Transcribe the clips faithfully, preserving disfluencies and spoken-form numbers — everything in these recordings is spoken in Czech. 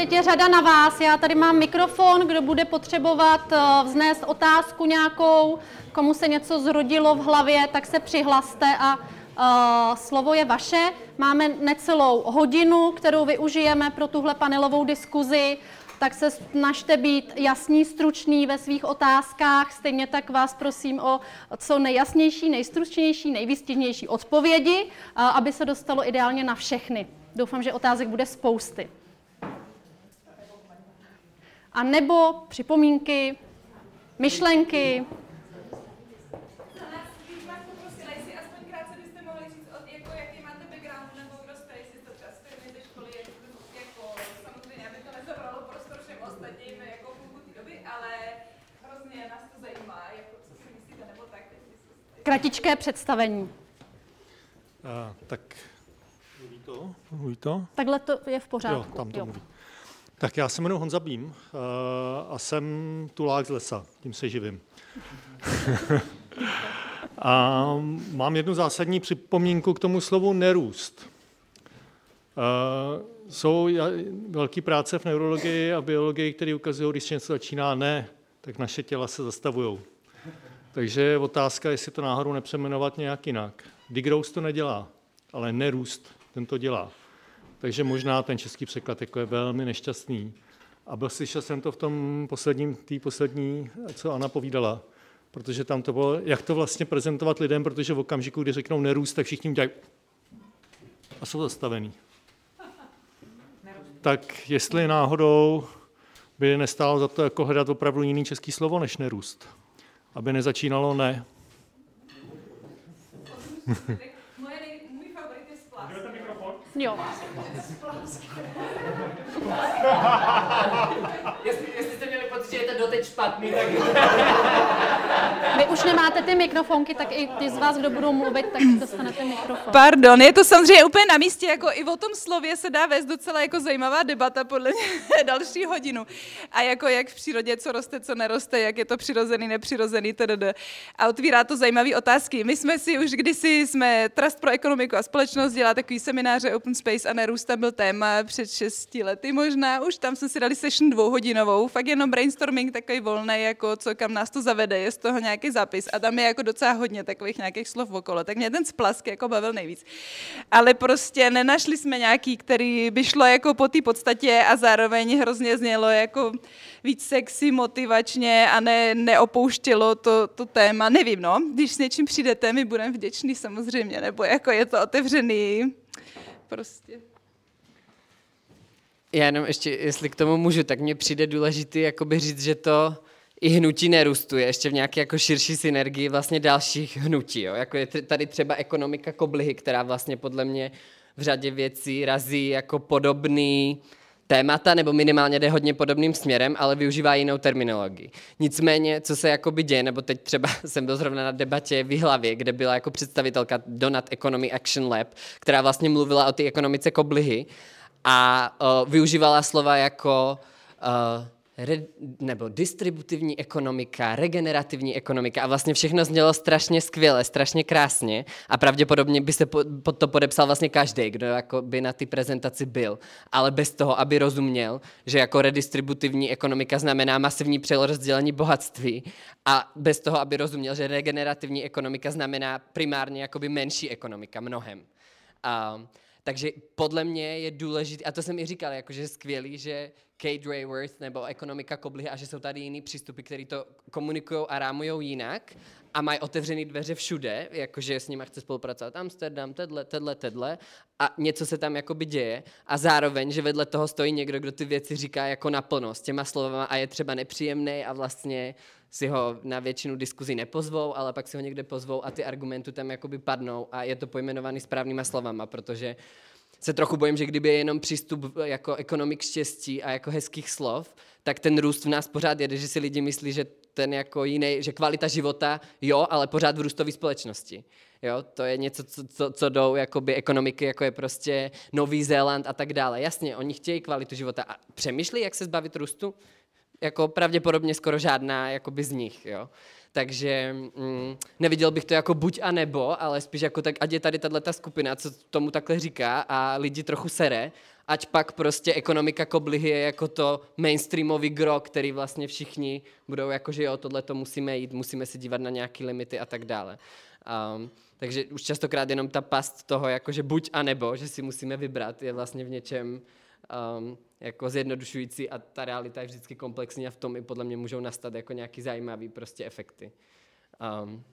teď je řada na vás. Já tady mám mikrofon, kdo bude potřebovat vznést otázku nějakou, komu se něco zrodilo v hlavě, tak se přihlaste a uh, slovo je vaše. Máme necelou hodinu, kterou využijeme pro tuhle panelovou diskuzi, tak se snažte být jasný, stručný ve svých otázkách. Stejně tak vás prosím o co nejjasnější, nejstručnější, nejvýstižnější odpovědi, aby se dostalo ideálně na všechny. Doufám, že otázek bude spousty. A nebo připomínky, myšlenky. Kratičké představení. A, tak mluví to? Mluví to? Takhle to je v pořádku. Jo, tam to mluví. Tak já se jmenuji Honza Bím uh, a jsem tulák z lesa, tím se živím. A mám jednu zásadní připomínku k tomu slovu nerůst. Uh, jsou velké práce v neurologii a biologii, které ukazují, když něco začíná ne, tak naše těla se zastavují. Takže je otázka, jestli to náhodou nepřeměnovat nějak jinak. Degrowth to nedělá, ale nerůst ten to dělá. Takže možná ten český překlad jako je velmi nešťastný. A byl slyšel jsem to v tom posledním, té poslední, co Anna povídala, protože tam to bylo, jak to vlastně prezentovat lidem, protože v okamžiku, kdy řeknou nerůst, tak všichni dělají a jsou zastavený. Tak jestli náhodou by nestálo za to jako hledat opravdu jiný český slovo než nerůst, aby nezačínalo ne. Moje nej, můj favorit je splask. Jdete mikrofon? Jo. jestli, jestli jste měli pocit, že je to doteď špatný, tak... Vy už nemáte ty mikrofonky, tak i ty z vás, kdo budou mluvit, tak dostanete mikrofon. Pardon, je to samozřejmě úplně na místě, jako i o tom slově se dá vést docela jako zajímavá debata, podle mě další hodinu. A jako jak v přírodě, co roste, co neroste, jak je to přirozený, nepřirozený, td. A otvírá to zajímavé otázky. My jsme si už kdysi, jsme Trust pro ekonomiku a společnost dělá takový semináře Open Space a nerůst, tam byl téma před šesti lety možná, už tam jsme si dali session dvouhodinovou, fakt jenom brainstorming takový volný, jako co kam nás to zavede, je z toho nějaký zápis a tam je jako docela hodně takových nějakých slov okolo, tak mě ten splask jako bavil nejvíc. Ale prostě nenašli jsme nějaký, který by šlo jako po té podstatě a zároveň hrozně znělo jako víc sexy, motivačně a ne, neopouštělo to, to téma, nevím, no, když s něčím přijdete, my budeme vděční samozřejmě, nebo jako je to otevřený, prostě. Já jenom ještě, jestli k tomu můžu, tak mně přijde důležitý jakoby říct, že to i hnutí nerůstu je ještě v nějaké jako širší synergii vlastně dalších hnutí. Jo? Jako je tady třeba ekonomika koblihy, která vlastně podle mě v řadě věcí razí jako podobný témata, nebo minimálně jde hodně podobným směrem, ale využívá jinou terminologii. Nicméně, co se jakoby děje, nebo teď třeba jsem byl zrovna na debatě v Jihlavě, kde byla jako představitelka Donut Economy Action Lab, která vlastně mluvila o té ekonomice koblihy a uh, využívala slova jako uh, Re, nebo distributivní ekonomika, regenerativní ekonomika a vlastně všechno znělo strašně skvěle, strašně krásně a pravděpodobně by se pod to podepsal vlastně každý, kdo jako by na té prezentaci byl, ale bez toho, aby rozuměl, že jako redistributivní ekonomika znamená masivní přerozdělení bohatství a bez toho, aby rozuměl, že regenerativní ekonomika znamená primárně jakoby menší ekonomika mnohem. A takže podle mě je důležité, a to jsem i říkal, jakože je skvělý, že Kate Raworth nebo ekonomika koblihy a že jsou tady jiný přístupy, který to komunikují a rámují jinak a mají otevřený dveře všude, jakože s nimi chce spolupracovat Amsterdam, tedle, tedle, tedle a něco se tam jakoby děje a zároveň, že vedle toho stojí někdo, kdo ty věci říká jako naplno s těma slovama a je třeba nepříjemný a vlastně si ho na většinu diskuzí nepozvou, ale pak si ho někde pozvou a ty argumenty tam jakoby padnou a je to pojmenovaný správnýma slovama, protože se trochu bojím, že kdyby je jenom přístup jako ekonomik štěstí a jako hezkých slov, tak ten růst v nás pořád jede, že si lidi myslí, že ten jako jiný, že kvalita života, jo, ale pořád v růstové společnosti. Jo, to je něco, co, co, co jdou jakoby ekonomiky, jako je prostě Nový Zéland a tak dále. Jasně, oni chtějí kvalitu života a přemýšlí, jak se zbavit růstu? Jako pravděpodobně skoro žádná jakoby z nich, jo. Takže mm, neviděl bych to jako buď a nebo, ale spíš jako tak, ať je tady tato skupina, co tomu takhle říká a lidi trochu sere ať pak prostě ekonomika koblihy je jako to mainstreamový gro, který vlastně všichni budou jako, že jo, tohle to musíme jít, musíme si dívat na nějaké limity a tak dále. Um, takže už častokrát jenom ta past toho, jakože buď a nebo, že si musíme vybrat, je vlastně v něčem um, jako zjednodušující a ta realita je vždycky komplexní a v tom i podle mě můžou nastat jako nějaký zajímavý prostě efekty. Um,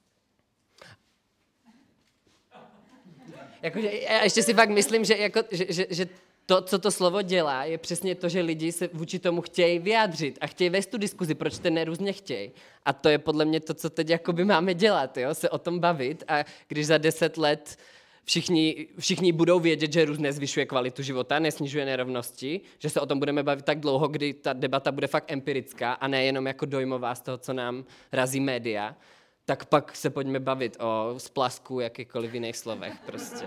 Jakože, já ještě si fakt myslím, že, jako, že, že, že to, co to slovo dělá, je přesně to, že lidi se vůči tomu chtějí vyjádřit a chtějí vést tu diskuzi, proč ten nerůst nechtějí. A to je podle mě to, co teď jakoby máme dělat, jo? Se o tom bavit a když za deset let všichni, všichni budou vědět, že růst nezvyšuje kvalitu života, nesnižuje nerovnosti, že se o tom budeme bavit tak dlouho, kdy ta debata bude fakt empirická a ne jenom jako dojmová z toho, co nám razí média, tak pak se pojďme bavit o splasku jakýkoliv jiných slovech prostě.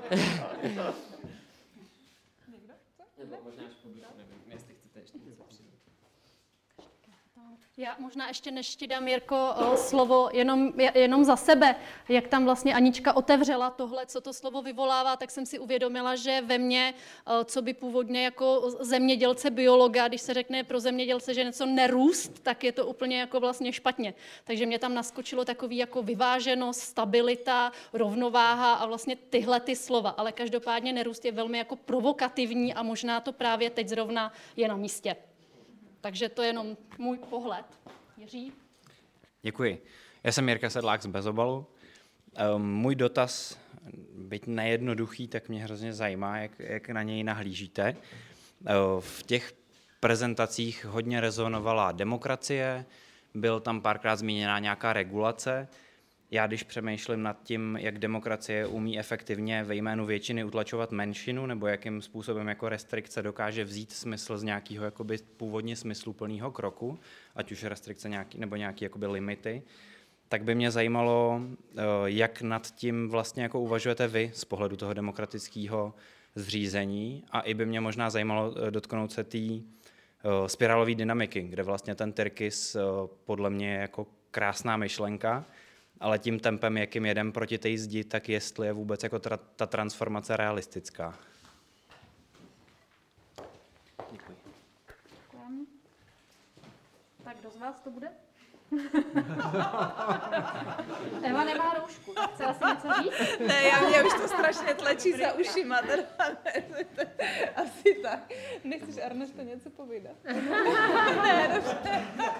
Já možná ještě než ti dám, Jirko, slovo jenom, jenom za sebe, jak tam vlastně Anička otevřela tohle, co to slovo vyvolává, tak jsem si uvědomila, že ve mně, co by původně jako zemědělce, biologa, když se řekne pro zemědělce, že něco nerůst, tak je to úplně jako vlastně špatně. Takže mě tam naskočilo takový jako vyváženost, stabilita, rovnováha a vlastně tyhle ty slova. Ale každopádně nerůst je velmi jako provokativní a možná to právě teď zrovna je na místě. Takže to je jenom můj pohled. Jiří? Děkuji. Já jsem Jirka Sedlák z Bezobalu. Můj dotaz, byť nejednoduchý, tak mě hrozně zajímá, jak, jak na něj nahlížíte. V těch prezentacích hodně rezonovala demokracie, byl tam párkrát zmíněná nějaká regulace. Já když přemýšlím nad tím, jak demokracie umí efektivně ve jménu většiny utlačovat menšinu, nebo jakým způsobem jako restrikce dokáže vzít smysl z nějakého jakoby původně smysluplného kroku, ať už restrikce nějaký, nebo nějaké jakoby limity, tak by mě zajímalo, jak nad tím vlastně jako uvažujete vy z pohledu toho demokratického zřízení a i by mě možná zajímalo dotknout se té spirálové dynamiky, kde vlastně ten Tyrkis podle mě je jako krásná myšlenka, ale tím tempem, jakým jedem proti té zdi, tak jestli je vůbec jako ta, ta transformace realistická. Děkuji. Tak kdo z vás to bude? Eva nemá roušku, tak chce asi něco říct? Ne, já mě už to strašně tlačí za ušima, teda asi tak. Nechceš, Arnesto, něco povídat? Ne, dobře.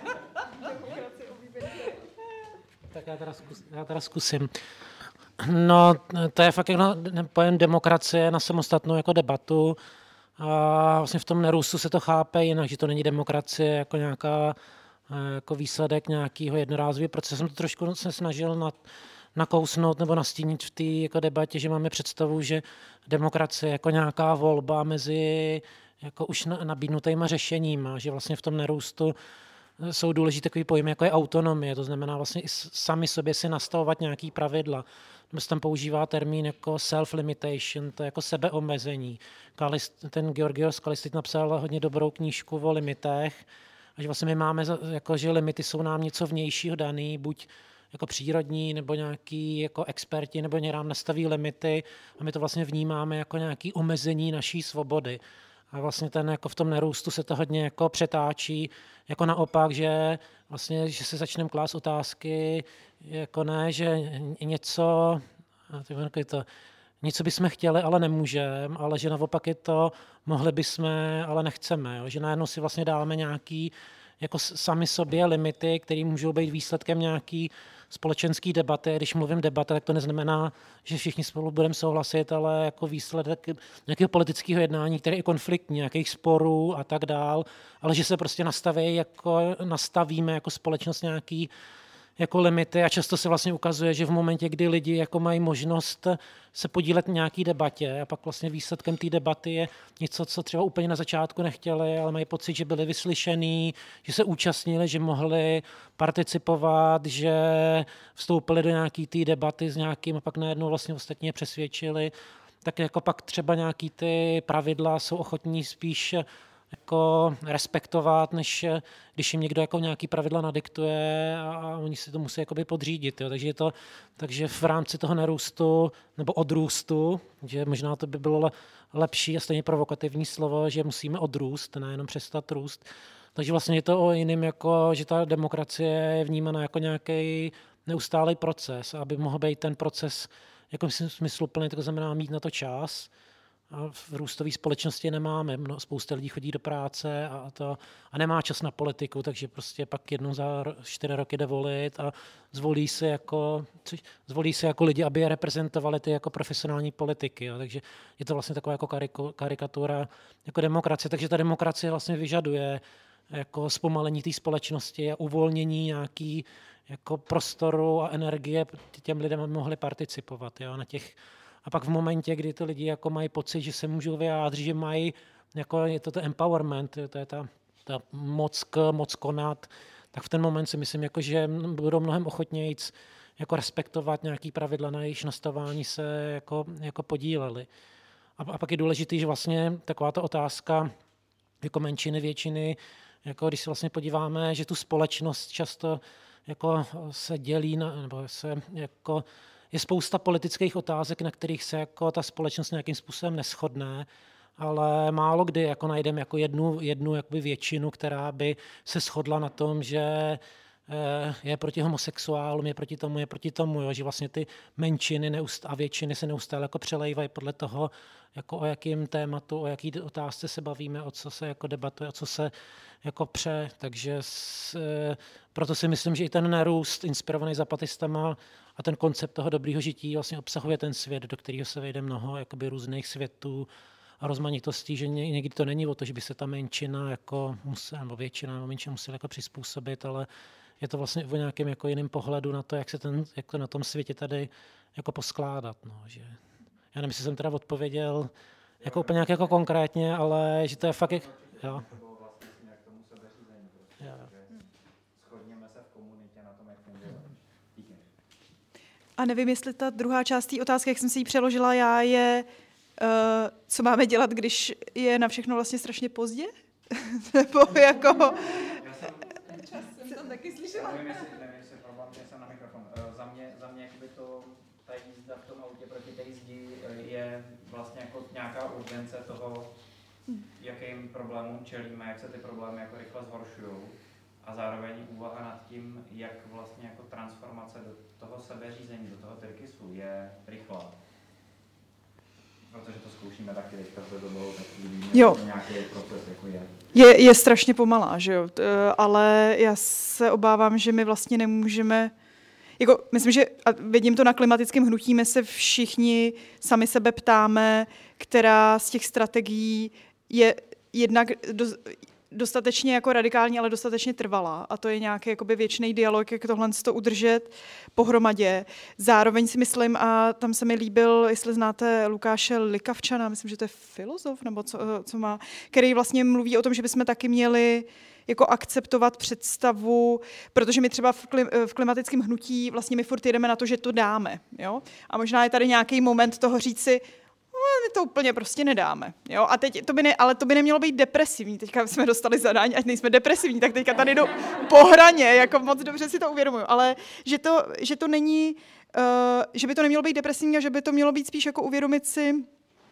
Tak já teda, zkus, já teda zkusím. No, to je fakt jako pojem demokracie na samostatnou jako debatu. A vlastně v tom nerůstu se to chápe jinak, že to není demokracie jako nějaká jako výsledek nějakého jednorázového procesu. Jsem to trošku se snažil nad, nakousnout nebo nastínit v té jako debatě, že máme představu, že demokracie je jako nějaká volba mezi jako už nabídnutýma řešeníma, že vlastně v tom nerůstu jsou důležité takový pojmy, jako je autonomie, to znamená vlastně i sami sobě si nastavovat nějaký pravidla. Nebo se tam používá termín jako self-limitation, to je jako sebeomezení. Kalist, ten Georgios Kalistit napsal hodně dobrou knížku o limitech, a že vlastně my máme, jako, že limity jsou nám něco vnějšího daný, buď jako přírodní, nebo nějaký jako experti, nebo někdo nám nastaví limity a my to vlastně vnímáme jako nějaké omezení naší svobody. A vlastně ten jako v tom nerůstu se to hodně jako přetáčí, jako naopak, že vlastně, že se začneme klást otázky, jako ne, že něco, to, něco bychom chtěli, ale nemůžeme, ale že naopak je to, mohli bychom, ale nechceme. Jo? Že najednou si vlastně dáme nějaký jako sami sobě limity, které můžou být výsledkem nějaký společenský debaty. Když mluvím debata, tak to neznamená, že všichni spolu budeme souhlasit, ale jako výsledek nějakého politického jednání, které je konfliktní, nějakých sporů a tak dál, ale že se prostě nastaví, jako nastavíme jako společnost nějaký jako limity a často se vlastně ukazuje, že v momentě, kdy lidi jako mají možnost se podílet v nějaký debatě a pak vlastně výsledkem té debaty je něco, co třeba úplně na začátku nechtěli, ale mají pocit, že byli vyslyšení, že se účastnili, že mohli participovat, že vstoupili do nějaké té debaty s nějakým a pak najednou vlastně ostatně přesvědčili, tak jako pak třeba nějaký ty pravidla jsou ochotní spíš jako respektovat, než když jim někdo jako nějaký pravidla nadiktuje a, a oni si to musí jakoby podřídit. Jo. Takže, je to, takže v rámci toho nerůstu nebo odrůstu, že možná to by bylo lepší a stejně provokativní slovo, že musíme odrůst, nejenom přestat růst. Takže vlastně je to o jiným, jako, že ta demokracie je vnímána jako nějaký neustálý proces. A aby mohl být ten proces jako smysluplný, to znamená mít na to čas. A v růstové společnosti nemáme. Mno, spousta lidí chodí do práce a, to, a nemá čas na politiku, takže prostě pak jednou za čtyři roky jde volit a zvolí se jako, zvolí se jako lidi, aby je reprezentovali ty jako profesionální politiky. Jo. Takže je to vlastně taková jako kariko, karikatura jako demokracie. Takže ta demokracie vlastně vyžaduje jako zpomalení té společnosti a uvolnění nějaký jako prostoru a energie těm lidem, aby mohli participovat. Jo, na těch. A pak v momentě, kdy ty lidi jako mají pocit, že se můžou vyjádřit, že mají, jako je to to empowerment, to je ta, ta moc, k, moc konat, tak v ten moment si myslím, jako, že budou mnohem ochotnějíc jako respektovat nějaký pravidla, na jejich nastavování se jako, jako podíleli. A, a pak je důležitý, že vlastně taková ta otázka jako menšiny, většiny, jako když se vlastně podíváme, že tu společnost často jako se dělí, na, nebo se jako je spousta politických otázek, na kterých se jako ta společnost nějakým způsobem neshodne, ale málo kdy jako najdeme jako jednu, jednu jakoby většinu, která by se shodla na tom, že je proti homosexuálům, je proti tomu, je proti tomu, jo, že vlastně ty menšiny neust- a většiny se neustále jako přelejvají podle toho, jako o jakém tématu, o jaký otázce se bavíme, o co se jako debatuje, o co se jako pře. Takže s, proto si myslím, že i ten nerůst inspirovaný zapatistama a ten koncept toho dobrýho žití vlastně obsahuje ten svět, do kterého se vejde mnoho jakoby různých světů a rozmanitostí, že někdy to není o to, že by se ta menšina jako musela, nebo většina nebo menšina musela jako přizpůsobit, ale je to vlastně o nějakém jako jiném pohledu na to, jak se ten, jak to na tom světě tady jako poskládat. No, že já nevím, jestli jsem teda odpověděl jako úplně nějak jako konkrétně, ale že to je fakt... Jak, jo. A nevím, jestli ta druhá část té otázky, jak jsem si ji přeložila já, je, uh, co máme dělat, když je na všechno vlastně strašně pozdě? Nebo jako... Čas jsem tam taky slyšela. Nevím, jestli, nevím, jestli problém, že jsem na mikrofon. Uh, za mě, za mě jakoby to, ta jízda v tom autě proti té zdi je vlastně jako nějaká urgence toho, jakým problémům čelíme, jak se ty problémy jako rychle zhoršují. A zároveň úvaha nad tím, jak vlastně jako transformace do toho sebeřízení, do toho Tyrkisu je rychlá. Protože to zkoušíme taky teďka v dobou, tak vidíme, že nějaký proces jako je. je. Je strašně pomalá, že jo, ale já se obávám, že my vlastně nemůžeme, jako myslím, že a vidím to na klimatickém hnutí, my se všichni sami sebe ptáme, která z těch strategií je jednak do, dostatečně jako radikální, ale dostatečně trvalá. A to je nějaký jakoby věčný dialog, jak tohle to udržet pohromadě. Zároveň si myslím, a tam se mi líbil, jestli znáte Lukáše Likavčana, myslím, že to je filozof, nebo co, co má, který vlastně mluví o tom, že bychom taky měli jako akceptovat představu, protože my třeba v, klim, v klimatickém hnutí vlastně my furt jedeme na to, že to dáme. Jo? A možná je tady nějaký moment toho říct si, my to úplně prostě nedáme. Jo? A teď to by ne, ale to by nemělo být depresivní. Teďka jsme dostali zadání, ať nejsme depresivní, tak teďka tady jdu po hraně, jako moc dobře si to uvědomuju. Ale že to, že to není, uh, že by to nemělo být depresivní a že by to mělo být spíš jako uvědomit si uh,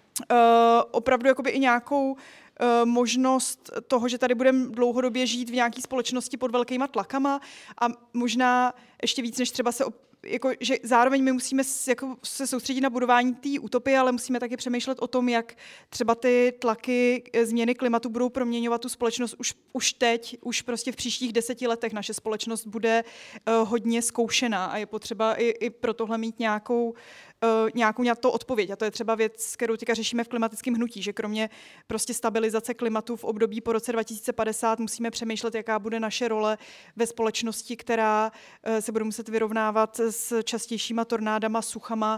opravdu jakoby i nějakou uh, možnost toho, že tady budeme dlouhodobě žít v nějaké společnosti pod velkýma tlakama a možná ještě víc, než třeba se op- jako, že zároveň my musíme jako, se soustředit na budování té utopie, ale musíme taky přemýšlet o tom, jak třeba ty tlaky změny klimatu budou proměňovat tu společnost už, už teď, už prostě v příštích deseti letech naše společnost bude uh, hodně zkoušená a je potřeba i, i pro tohle mít nějakou, uh, nějakou nějakou odpověď. A to je třeba věc, kterou teďka řešíme v klimatickém hnutí, že kromě prostě stabilizace klimatu v období po roce dva tisíce padesát musíme přemýšlet, jaká bude naše role ve společnosti, která uh, se bude muset vyrovnávat s častějšíma tornádama, suchama,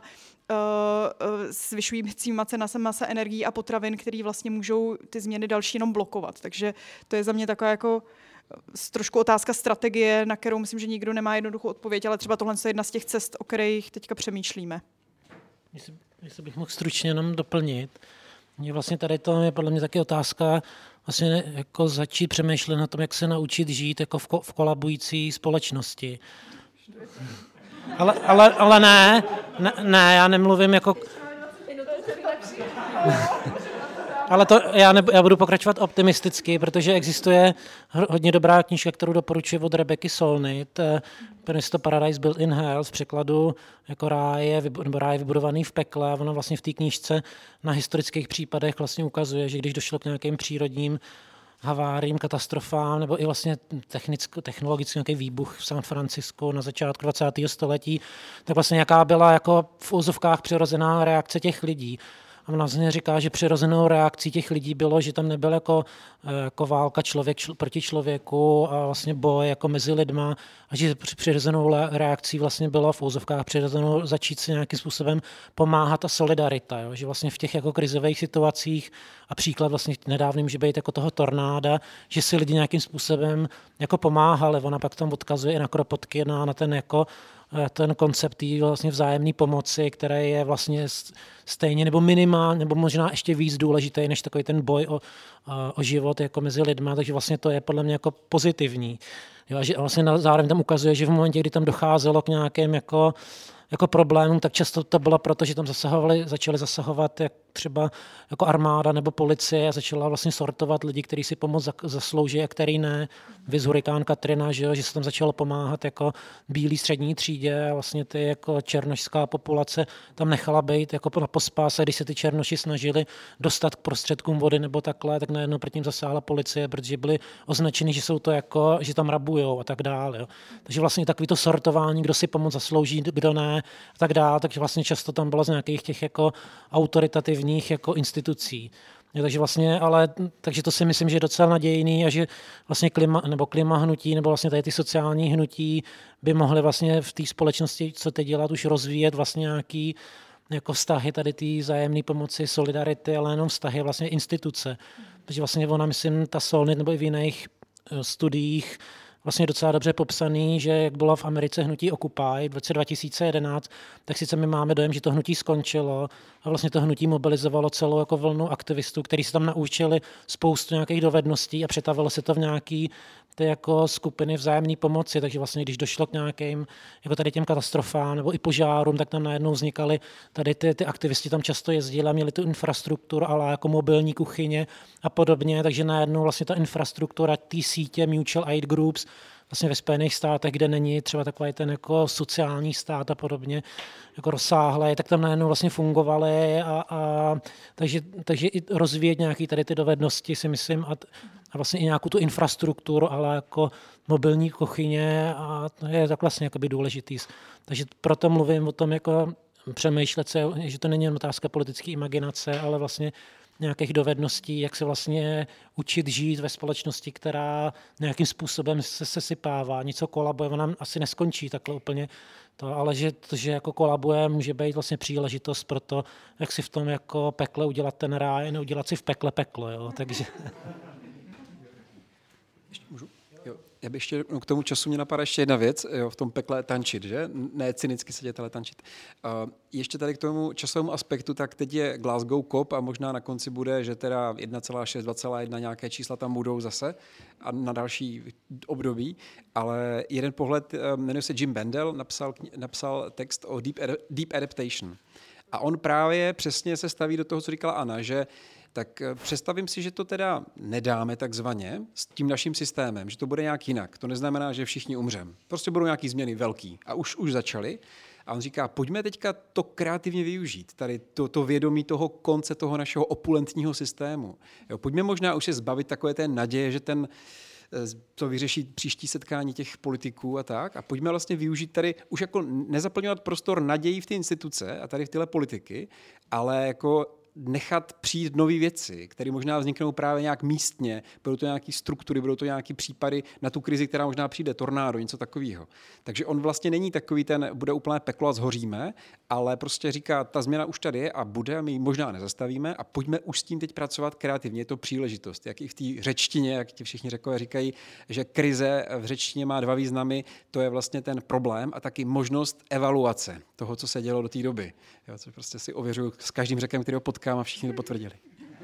zvyšujícíma cenama se energií a potravin, které vlastně můžou ty změny další jenom blokovat. Takže to je za mě taková jako trošku otázka strategie, na kterou myslím, že nikdo nemá jednoduchou odpověď, ale třeba tohle je jedna z těch cest, o kterých teďka přemýšlíme. Jestli, jestli bych mohl stručně jenom doplnit, Je vlastně tady to je podle mě taky otázka, vlastně jako začít přemýšlet na tom, jak se naučit žít jako v, ko- v kolabující společnosti. Ale, ale, ale ne, ne, ne, já nemluvím jako... Ale to já, ne, já budu pokračovat optimisticky, protože existuje hodně dobrá knížka, kterou doporučuji od Rebeky Solnit, jmenuje se to Paradise Built in Hell, v překladu jako ráje, nebo ráje vybudovaný v pekle. A ona vlastně v té knížce na historických případech vlastně ukazuje, že když došlo k nějakým přírodním haváriím, katastrofám, nebo i vlastně technologický nějaký výbuch v San Francisku na začátku dvacátého století, tak vlastně jaká byla jako v úzovkách přirozená reakce těch lidí. A on vlastně říká, že přirozenou reakcí těch lidí bylo, že tam nebyl jako, jako válka člověk čl- proti člověku a vlastně boj jako mezi lidma a že přirozenou reakcí vlastně bylo v úzovkách přirozenou začít se nějakým způsobem pomáhat a solidarita. Jo? Že vlastně v těch jako krizových situacích a příklad vlastně nedávný může být jako toho tornáda, že si lidi nějakým způsobem jako pomáhali. Ona pak tam odkazuje i na Kropotky, na, na ten jako ten koncept vlastně vzájemné pomoci, který je vlastně stejně nebo minimálně, nebo možná ještě víc důležitý, než takový ten boj o, o život jako mezi lidma, takže vlastně to je podle mě jako pozitivní. Jo, a že vlastně zároveň tam ukazuje, že v momentě, kdy tam docházelo k nějakým jako, jako problémům, tak často to bylo proto, že tam zasahovali, začali zasahovat jak třeba jako armáda nebo policie a začala vlastně sortovat lidi, kteří si pomoc zaslouží a který ne. Viz hurikán Katrina, že, jo, že se tam začalo pomáhat jako bílý střední třídě a vlastně ty jako černošská populace tam nechala být jako na pospáse, když se ty černoši snažili dostat k prostředkům vody nebo takhle, tak najednou před tím zasáhla policie, protože byli označeni, že jsou to jako, že tam rabujou a tak dále. Jo. Takže vlastně takový to sortování, kdo si pomoc zaslouží, kdo ne a tak dále, takže vlastně často tam bylo z nějakých těch jako autoritativních jako institucí. Jo, takže vlastně, ale, takže to si myslím, že je docela nadějný a že vlastně klima, nebo klima hnutí, nebo vlastně tady ty sociální hnutí by mohly vlastně v té společnosti, co teď dělat, už rozvíjet vlastně nějaký jako vztahy tady té vzájemné pomoci, solidarity, ale jenom vztahy vlastně instituce. Takže vlastně ona, myslím, ta Solnit nebo i v jiných studiích vlastně docela dobře popsaný, že jak bylo v Americe hnutí Occupy v roce dva tisíce jedenáct, tak sice my máme dojem, že to hnutí skončilo a vlastně to hnutí mobilizovalo celou jako vlnu aktivistů, kteří se tam naučili spoustu nějakých dovedností a přetavilo se to v nějaký ty jako skupiny vzájemné pomoci, takže vlastně když došlo k nějakým jako tady těm katastrofám nebo i požárům, tak tam najednou vznikaly tady ty, ty aktivisti tam často jezdili a měli tu infrastrukturu, ale jako mobilní kuchyně a podobně, takže najednou vlastně ta infrastruktura té sítě Mutual Aid Groups vlastně ve Spojených státech, kde není třeba takový ten jako sociální stát a podobně, jako rozsáhlé, tak tam najednou vlastně fungovaly a, a takže, takže i rozvíjet nějaké tady ty dovednosti si myslím a, a vlastně i nějakou tu infrastrukturu, ale jako mobilní kuchyně a to je tak vlastně jakoby důležitý. Takže proto mluvím o tom jako přemýšlet se, že to není jen otázka politické imaginace, ale vlastně nějakých dovedností, jak se vlastně učit žít ve společnosti, která nějakým způsobem se sesypává, něco kolabuje, ona asi neskončí takhle úplně to, ale že to, že jako kolabuje, může být vlastně příležitost pro to, jak si v tom jako pekle udělat ten ráj, neudělat si v pekle peklo, jo, takže... Můžu? Jo. Já bych ještě no, k tomu času mě napadá ještě jedna věc, jo, v tom pekle tančit, že? Ne cynicky sedět, ale tančit. Uh, ještě tady k tomu časovému aspektu, tak teď je Glasgow COP a možná na konci bude, že teda jedna celá šest, dva celá jedna nějaké čísla tam budou zase a na další období, ale jeden pohled, jmenuje se Jim Bendel, napsal, napsal text o deep, deep adaptation. A on právě přesně se staví do toho, co říkala Anna, že tak představím si, že to teda nedáme takzvaně s tím naším systémem, že to bude nějak jinak. To neznamená, že všichni umřem. Prostě budou nějaký změny velký. A už, už začaly. A on říká, pojďme teďka to kreativně využít, tady to, to vědomí toho konce toho našeho opulentního systému. Jo, pojďme možná už se zbavit takové té naděje, že ten to vyřeší příští setkání těch politiků a tak. A pojďme vlastně využít tady, už jako nezaplňovat prostor nadějí v ty instituce a tady v tyhle politiky, ale jako nechat přijít nové věci, které možná vzniknou právě nějak místně, budou to nějaké struktury, budou to nějaké případy na tu krizi, která možná přijde, tornádo, něco takového. Takže on vlastně není takový ten, bude úplné peklo a zhoříme, ale prostě říká, ta změna už tady je a bude, my ji možná nezastavíme a pojďme už s tím teď pracovat kreativně, je to příležitost. Jak i v té řečtině, jak ti všichni Řekové říkají, že krize v řečtině má dva významy, to je vlastně ten problém a taky možnost evaluace toho, co se dělo do té doby. Jo, co prostě si ověřuju s každým Řekem, kterého potkám a všichni to potvrdili.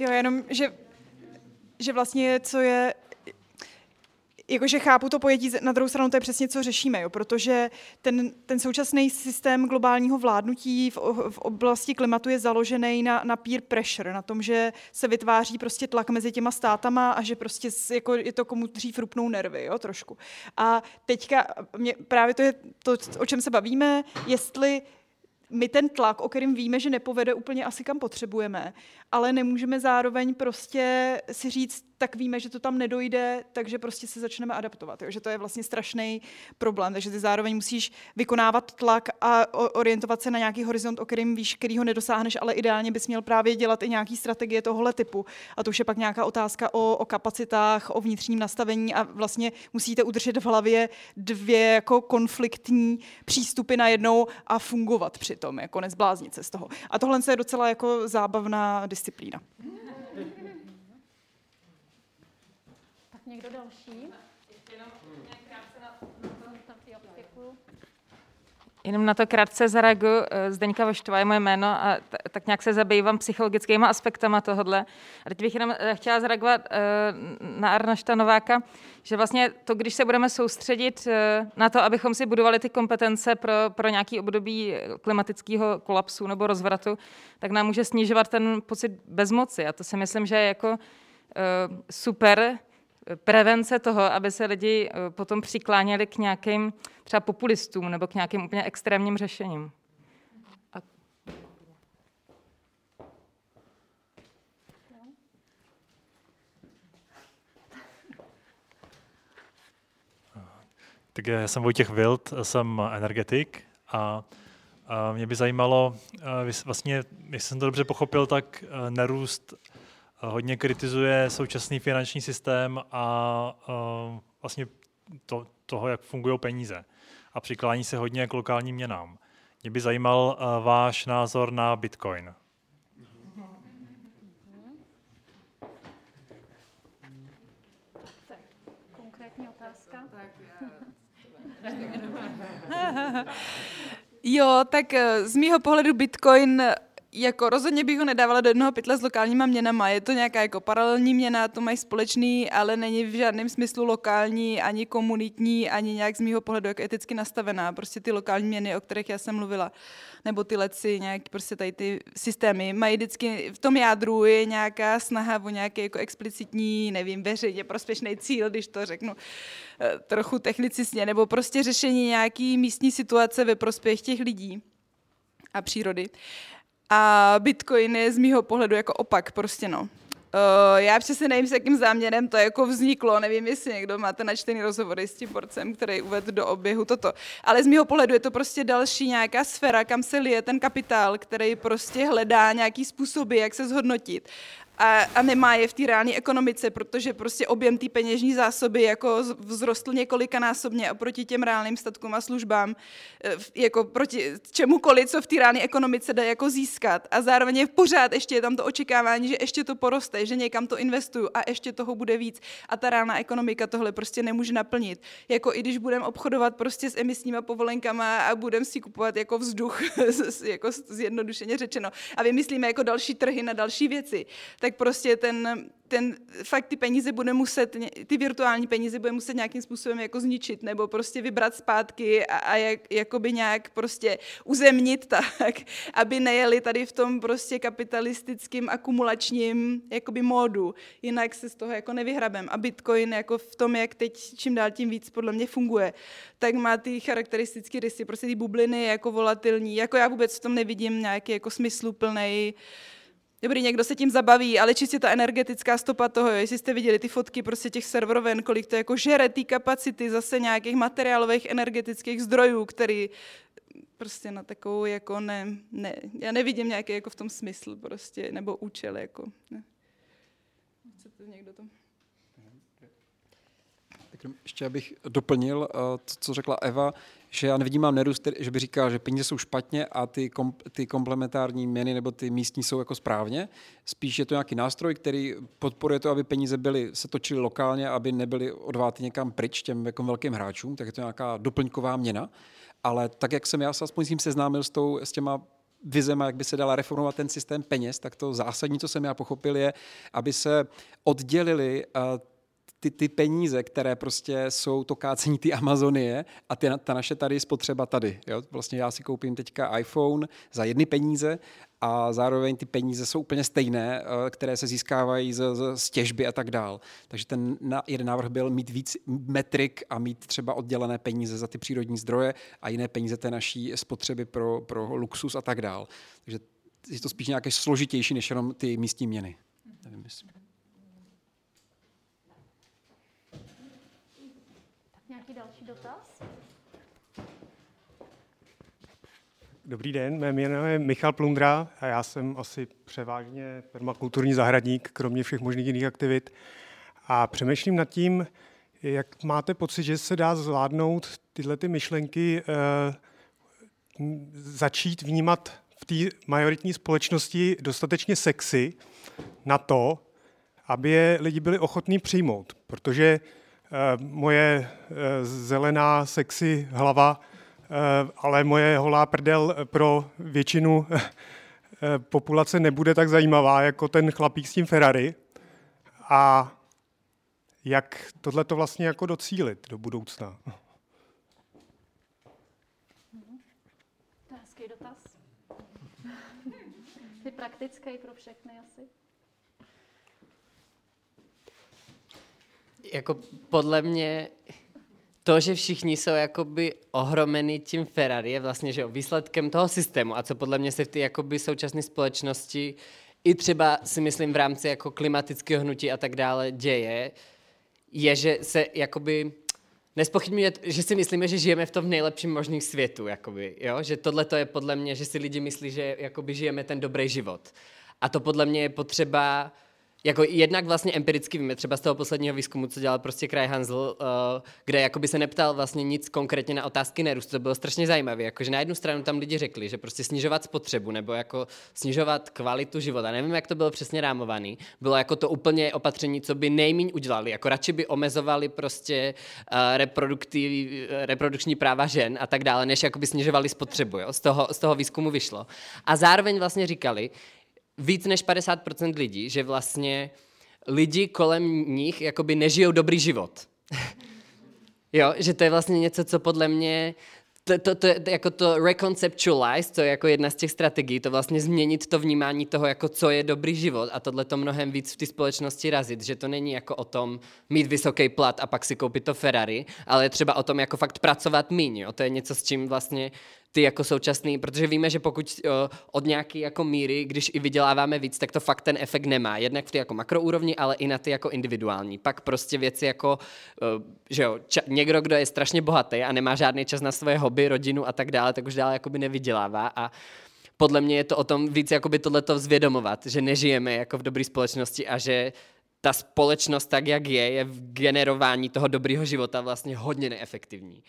Jo, jenom, že, že vlastně co je, jakože chápu to pojetí, na druhou stranu to je přesně, co řešíme, jo, protože ten, ten současný systém globálního vládnutí v, v oblasti klimatu je založený na, na peer pressure, na tom, že se vytváří prostě tlak mezi těma státama a že prostě jako je to komu dřív rupnou nervy, jo, trošku. A teďka mě, právě to je to, o čem se bavíme, jestli my ten tlak, o kterém víme, že nepovede úplně asi kam potřebujeme, ale nemůžeme zároveň prostě si říct, tak víme, že to tam nedojde, takže prostě se začneme adaptovat. Jo? Že to je vlastně strašný problém, takže ty zároveň musíš vykonávat tlak a orientovat se na nějaký horizont, o kterým víš, kterýho nedosáhneš, ale ideálně bys měl právě dělat i nějaký strategie tohohle typu. A to už je pak nějaká otázka o, o kapacitách, o vnitřním nastavení a vlastně musíte udržet v hlavě dvě jako konfliktní přístupy najednou a fungovat přitom, jako nezbláznit se z toho. A tohle je docela jako zábavná disciplína. Někdo další? Jenom na to krátce zareaguju. Zdeňka Voštová je moje jméno a t- tak nějak se zabývám psychologickými aspektama tohodle. A teď bych jenom chtěla zareagovat na Arnošta Nováka, že vlastně to, když se budeme soustředit na to, abychom si budovali ty kompetence pro, pro nějaký období klimatického kolapsu nebo rozvratu, tak nám může snižovat ten pocit bezmoci. A to si myslím, že je jako uh, super prevence toho, aby se lidi potom přikláněli k nějakým třeba populistům nebo k nějakým úplně extrémním řešením. A... Tak já jsem Vojtěch Wild, jsem energetik a, a mě by zajímalo, vlastně, jestli jsem to dobře pochopil, tak nerůst hodně kritizuje současný finanční systém a uh, vlastně to, toho, jak fungují peníze. A přiklání se hodně k lokálním měnám. Mě by zajímal uh, váš názor na Bitcoin. Konkrétní otázka. Jo, tak z mýho pohledu Bitcoin jako rozhodně bych ho nedávala do jednoho pytle s lokálníma měnama. Je to nějaká jako paralelní měna, to mají společný, ale není v žádném smyslu lokální, ani komunitní, ani nějak z mýho pohledu jako eticky nastavená. Prostě ty lokální měny, o kterých já jsem mluvila, nebo ty leci, nějaký prostě tady ty systémy, mají vždycky v tom jádru je nějaká snaha o nějaký jako explicitní, nevím, veřejně prospěšný cíl, když to řeknu trochu technicistně, nebo prostě řešení nějaký místní situace ve prospěch těch lidí a přírody. A Bitcoin je z mýho pohledu jako opak, prostě no. Uh, já přesně nevím, s jakým záměrem to jako vzniklo, nevím, jestli někdo máte načtený rozhovory s tím borcem, který uvedl do oběhu toto. Ale z mýho pohledu je to prostě další nějaká sféra, kam se lije ten kapitál, který prostě hledá nějaký způsoby, jak se zhodnotit. A, a nemá je v té reálné ekonomice, protože prostě objem té peněžní zásoby jako vzrostl několikanásobně oproti těm reálným statkům a službám, jako proti čemukoliv, co v té reálné ekonomice dá jako získat. A zároveň je pořád ještě je tam to očekávání, že ještě to poroste, že někam to investuju a ještě toho bude víc. A ta reálná ekonomika tohle prostě nemůže naplnit. Jako i když budeme obchodovat prostě s emisníma povolenkama a budeme si kupovat jako vzduch, jako zjednodušeně řečeno, a vymyslíme jako další trhy na další věci, tak prostě ten, ten fakt ty peníze bude muset, ty virtuální peníze bude muset nějakým způsobem jako zničit nebo prostě vybrat zpátky a, a jak, jakoby nějak prostě uzemnit tak, aby nejeli tady v tom prostě kapitalistickým akumulačním jakoby módu. Jinak se z toho jako nevyhrabem. A Bitcoin jako v tom, jak teď čím dál tím víc podle mě funguje, tak má ty charakteristické rysy, prostě ty bubliny jako volatilní. Jako já vůbec v tom nevidím nějaký jako smysluplnej. Dobrý, někdo se tím zabaví, ale čistě ta energetická stopa toho, jo, jestli jste viděli ty fotky prostě těch serveroven, kolik to jako žere ty kapacity zase nějakých materiálových energetických zdrojů, který prostě na takovou jako ne, ne já nevidím nějaký jako v tom smysl prostě, nebo účel jako, ne. Chcete někdo to? Tak ještě abych doplnil to, co řekla Eva, že já nevnímám nerůst, že by říkal, že peníze jsou špatně a ty, kom, ty komplementární měny nebo ty místní jsou jako správně. Spíš je to nějaký nástroj, který podporuje to, aby peníze byly, se točily lokálně, aby nebyly odváty někam pryč těm jako velkým hráčům, tak je to nějaká doplňková měna. Ale tak, jak jsem já se aspoň s tím seznámil s, tou, s těma vizema, jak by se dala reformovat ten systém peněz, tak to zásadní, co jsem já pochopil, je, aby se oddělili uh, ty, ty peníze, které prostě jsou to kácení ty Amazonie a ty, ta naše tady spotřeba tady. Jo? Vlastně já si koupím teďka iPhone za jedny peníze a zároveň ty peníze jsou úplně stejné, které se získávají z, z těžby a tak dál. Takže ten na, jeden návrh byl mít víc metrik a mít třeba oddělené peníze za ty přírodní zdroje a jiné peníze té naší spotřeby pro, pro luxus a tak dál. Takže je to spíš nějaké složitější než jenom ty místní měny. Nevím, jestli... Nějaký další dotaz? Dobrý den, mé jméno je Michal Plundra a já jsem asi převážně permakulturní zahradník, kromě všech možných jiných aktivit. A přemýšlím nad tím, jak máte pocit, že se dá zvládnout tyhle ty myšlenky, e, začít vnímat v té majoritní společnosti dostatečně sexy na to, aby je lidi byli ochotní přijmout. Protože moje zelená sexy hlava, ale moje holá prdel pro většinu populace nebude tak zajímavá jako ten chlapík s tím Ferrari. A jak tohleto vlastně jako docílit do budoucna? To je hezký dotaz. Je praktický pro všechny asi. Jako podle mě to, že všichni jsou jakoby ohromený tím Ferrari, je vlastně že jo, výsledkem toho systému. A co podle mě se v té jakoby současné společnosti i třeba si myslím v rámci jako klimatického hnutí a tak dále děje, je, že se jakoby nespochybňuje, že si myslíme, že žijeme v tom nejlepším možným světu, jakoby, jo? Že tohle to je podle mě, že si lidi myslí, že jakoby žijeme ten dobrý život. A to podle mě je potřeba jako jednak vlastně empiricky víme, třeba z toho posledního výzkumu, co dělal prostě Kraj Hansl, uh, kde jakoby se neptal vlastně nic konkrétně na otázky nerůstu, to bylo strašně zajímavé, jakože na jednu stranu tam lidi řekli, že prostě snižovat spotřebu nebo jako snižovat kvalitu života, nevím, jak to bylo přesně rámovaný, bylo jako to úplně opatření, co by nejmíň udělali, jako radši by omezovali prostě uh, reproduktiv, reprodukční práva žen a tak dále, než jakoby snižovali spotřebu, jo? Z toho, z toho výzkumu vyšlo. A zároveň vlastně říkali, víc než padesát procent lidí, že vlastně lidi kolem nich jakoby nežijou dobrý život. Jo, že to je vlastně něco, co podle mě, to, to, to, to, jako to reconceptualize, to je jako jedna z těch strategií, to vlastně změnit to vnímání toho, jako co je dobrý život a tohle to mnohem víc v té společnosti razit, že to není jako o tom mít vysoký plat a pak si koupit to Ferrari, ale je třeba o tom jako fakt pracovat míň, jo? To je něco, s čím vlastně ty jako současný, protože víme, že pokud o, od nějaký jako míry, když i vyděláváme víc, tak to fakt ten efekt nemá. Jednak v ty jako makroúrovni, ale i na ty jako individuální. Pak prostě věci jako, o, že jo, ča, někdo, kdo je strašně bohatý a nemá žádný čas na svoje hobby, rodinu a tak dále, tak už dále jakoby nevydělává a podle mě je to o tom víc jakoby tohleto zvědomovat, že nežijeme jako v dobré společnosti a že ta společnost tak, jak je, je v generování toho dobrýho života vlastně hodně neefektivní.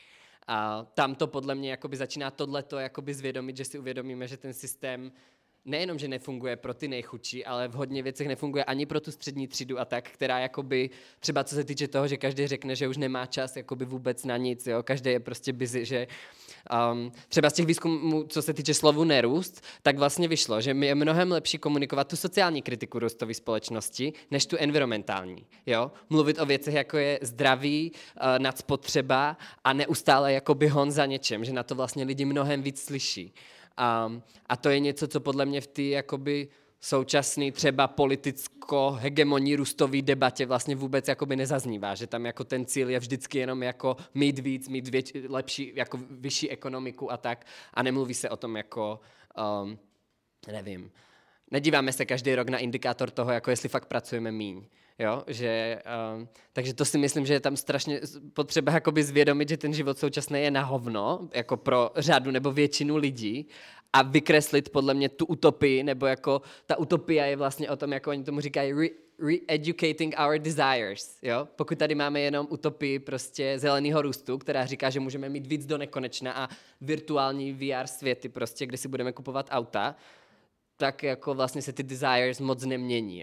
A tam to podle mě jakoby začíná tohleto jakoby zvědomit, že si uvědomíme, že ten systém nejenom, že nefunguje pro ty nejchudší, ale v hodně věcech nefunguje ani pro tu střední třídu a tak, která jakoby, třeba co se týče toho, že každý řekne, že už nemá čas jakoby vůbec na nic, jo? Každý je prostě busy, že um, třeba z těch výzkumů, co se týče slovu nerůst, tak vlastně vyšlo, že je mnohem lepší komunikovat tu sociální kritiku růstové společnosti, než tu environmentální, jo? Mluvit o věcech, jako je zdraví, uh, nadspotřeba a neustále jakoby hon za něčem, že na to vlastně lidi mnohem víc slyší. Um, a to je něco, co podle mě v té jakoby současné třeba politicko-hegemonní růstové debatě vlastně vůbec jakoby nezaznívá, že tam jako ten cíl je vždycky jenom jako mít víc, mít věč, lepší, jako vyšší ekonomiku a tak a nemluví se o tom jako, um, nevím, nedíváme se každý rok na indikátor toho, jako jestli fakt pracujeme míň. Jo, že, um, takže to si myslím, že je tam strašně potřeba jakoby zvědomit, že ten život současný je na hovno, jako pro řadu nebo většinu lidí a vykreslit podle mě tu utopii, nebo jako ta utopia je vlastně o tom, jako oni tomu říkají re, re-educating our desires, jo? Pokud tady máme jenom utopii prostě zeleného růstu, která říká, že můžeme mít víc do nekonečna a virtuální V R světy prostě, kde si budeme kupovat auta, tak jako vlastně se ty desires moc nemění, jo?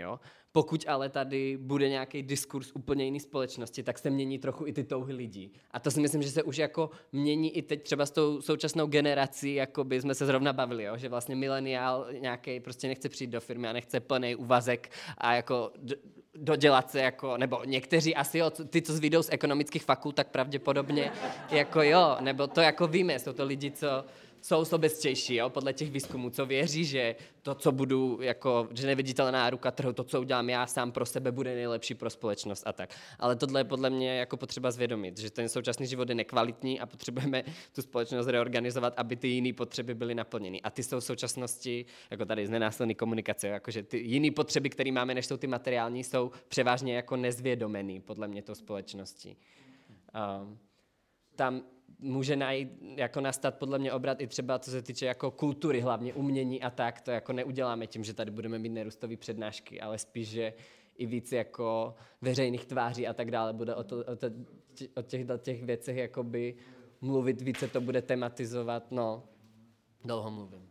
Pokud ale tady bude nějaký diskurs úplně jiný společnosti, tak se mění trochu i ty touhy lidí. A to si myslím, že se už jako mění i teď třeba s tou současnou generací, jako by jsme se zrovna bavili, jo? Že vlastně mileniál nějaký prostě nechce přijít do firmy a nechce plný úvazek a jako d- dodělat se jako, nebo někteří asi jo, ty, co vyjdou z ekonomických fakult, tak pravděpodobně jako jo, nebo to jako víme, jsou to lidi, co jsou sobectější, jo, podle těch výzkumů, co věří, že to, co budu, jako, že neviditelná ruka trhu, to, co udělám já sám pro sebe, bude nejlepší pro společnost a tak. Ale tohle je podle mě jako potřeba zvědomit, že ten současný život je nekvalitní a potřebujeme tu společnost reorganizovat, aby ty jiné potřeby byly naplněny. A ty jsou v současnosti, jako tady z nenásilné komunikace, jakože ty jiné potřeby, které máme, než jsou ty materiální, jsou převážně jako nezvědomený, podle mě, tou společností. Um, tam může najít, jako nastat podle mě obrat i třeba co se týče jako kultury, hlavně umění a tak, to jako neuděláme tím, že tady budeme mít nerůstové přednášky, ale spíš, že i víc jako veřejných tváří a tak dále bude o, to, o, to, o těchto těch věcech jakoby mluvit, více to bude tematizovat, no, dlouho mluvím.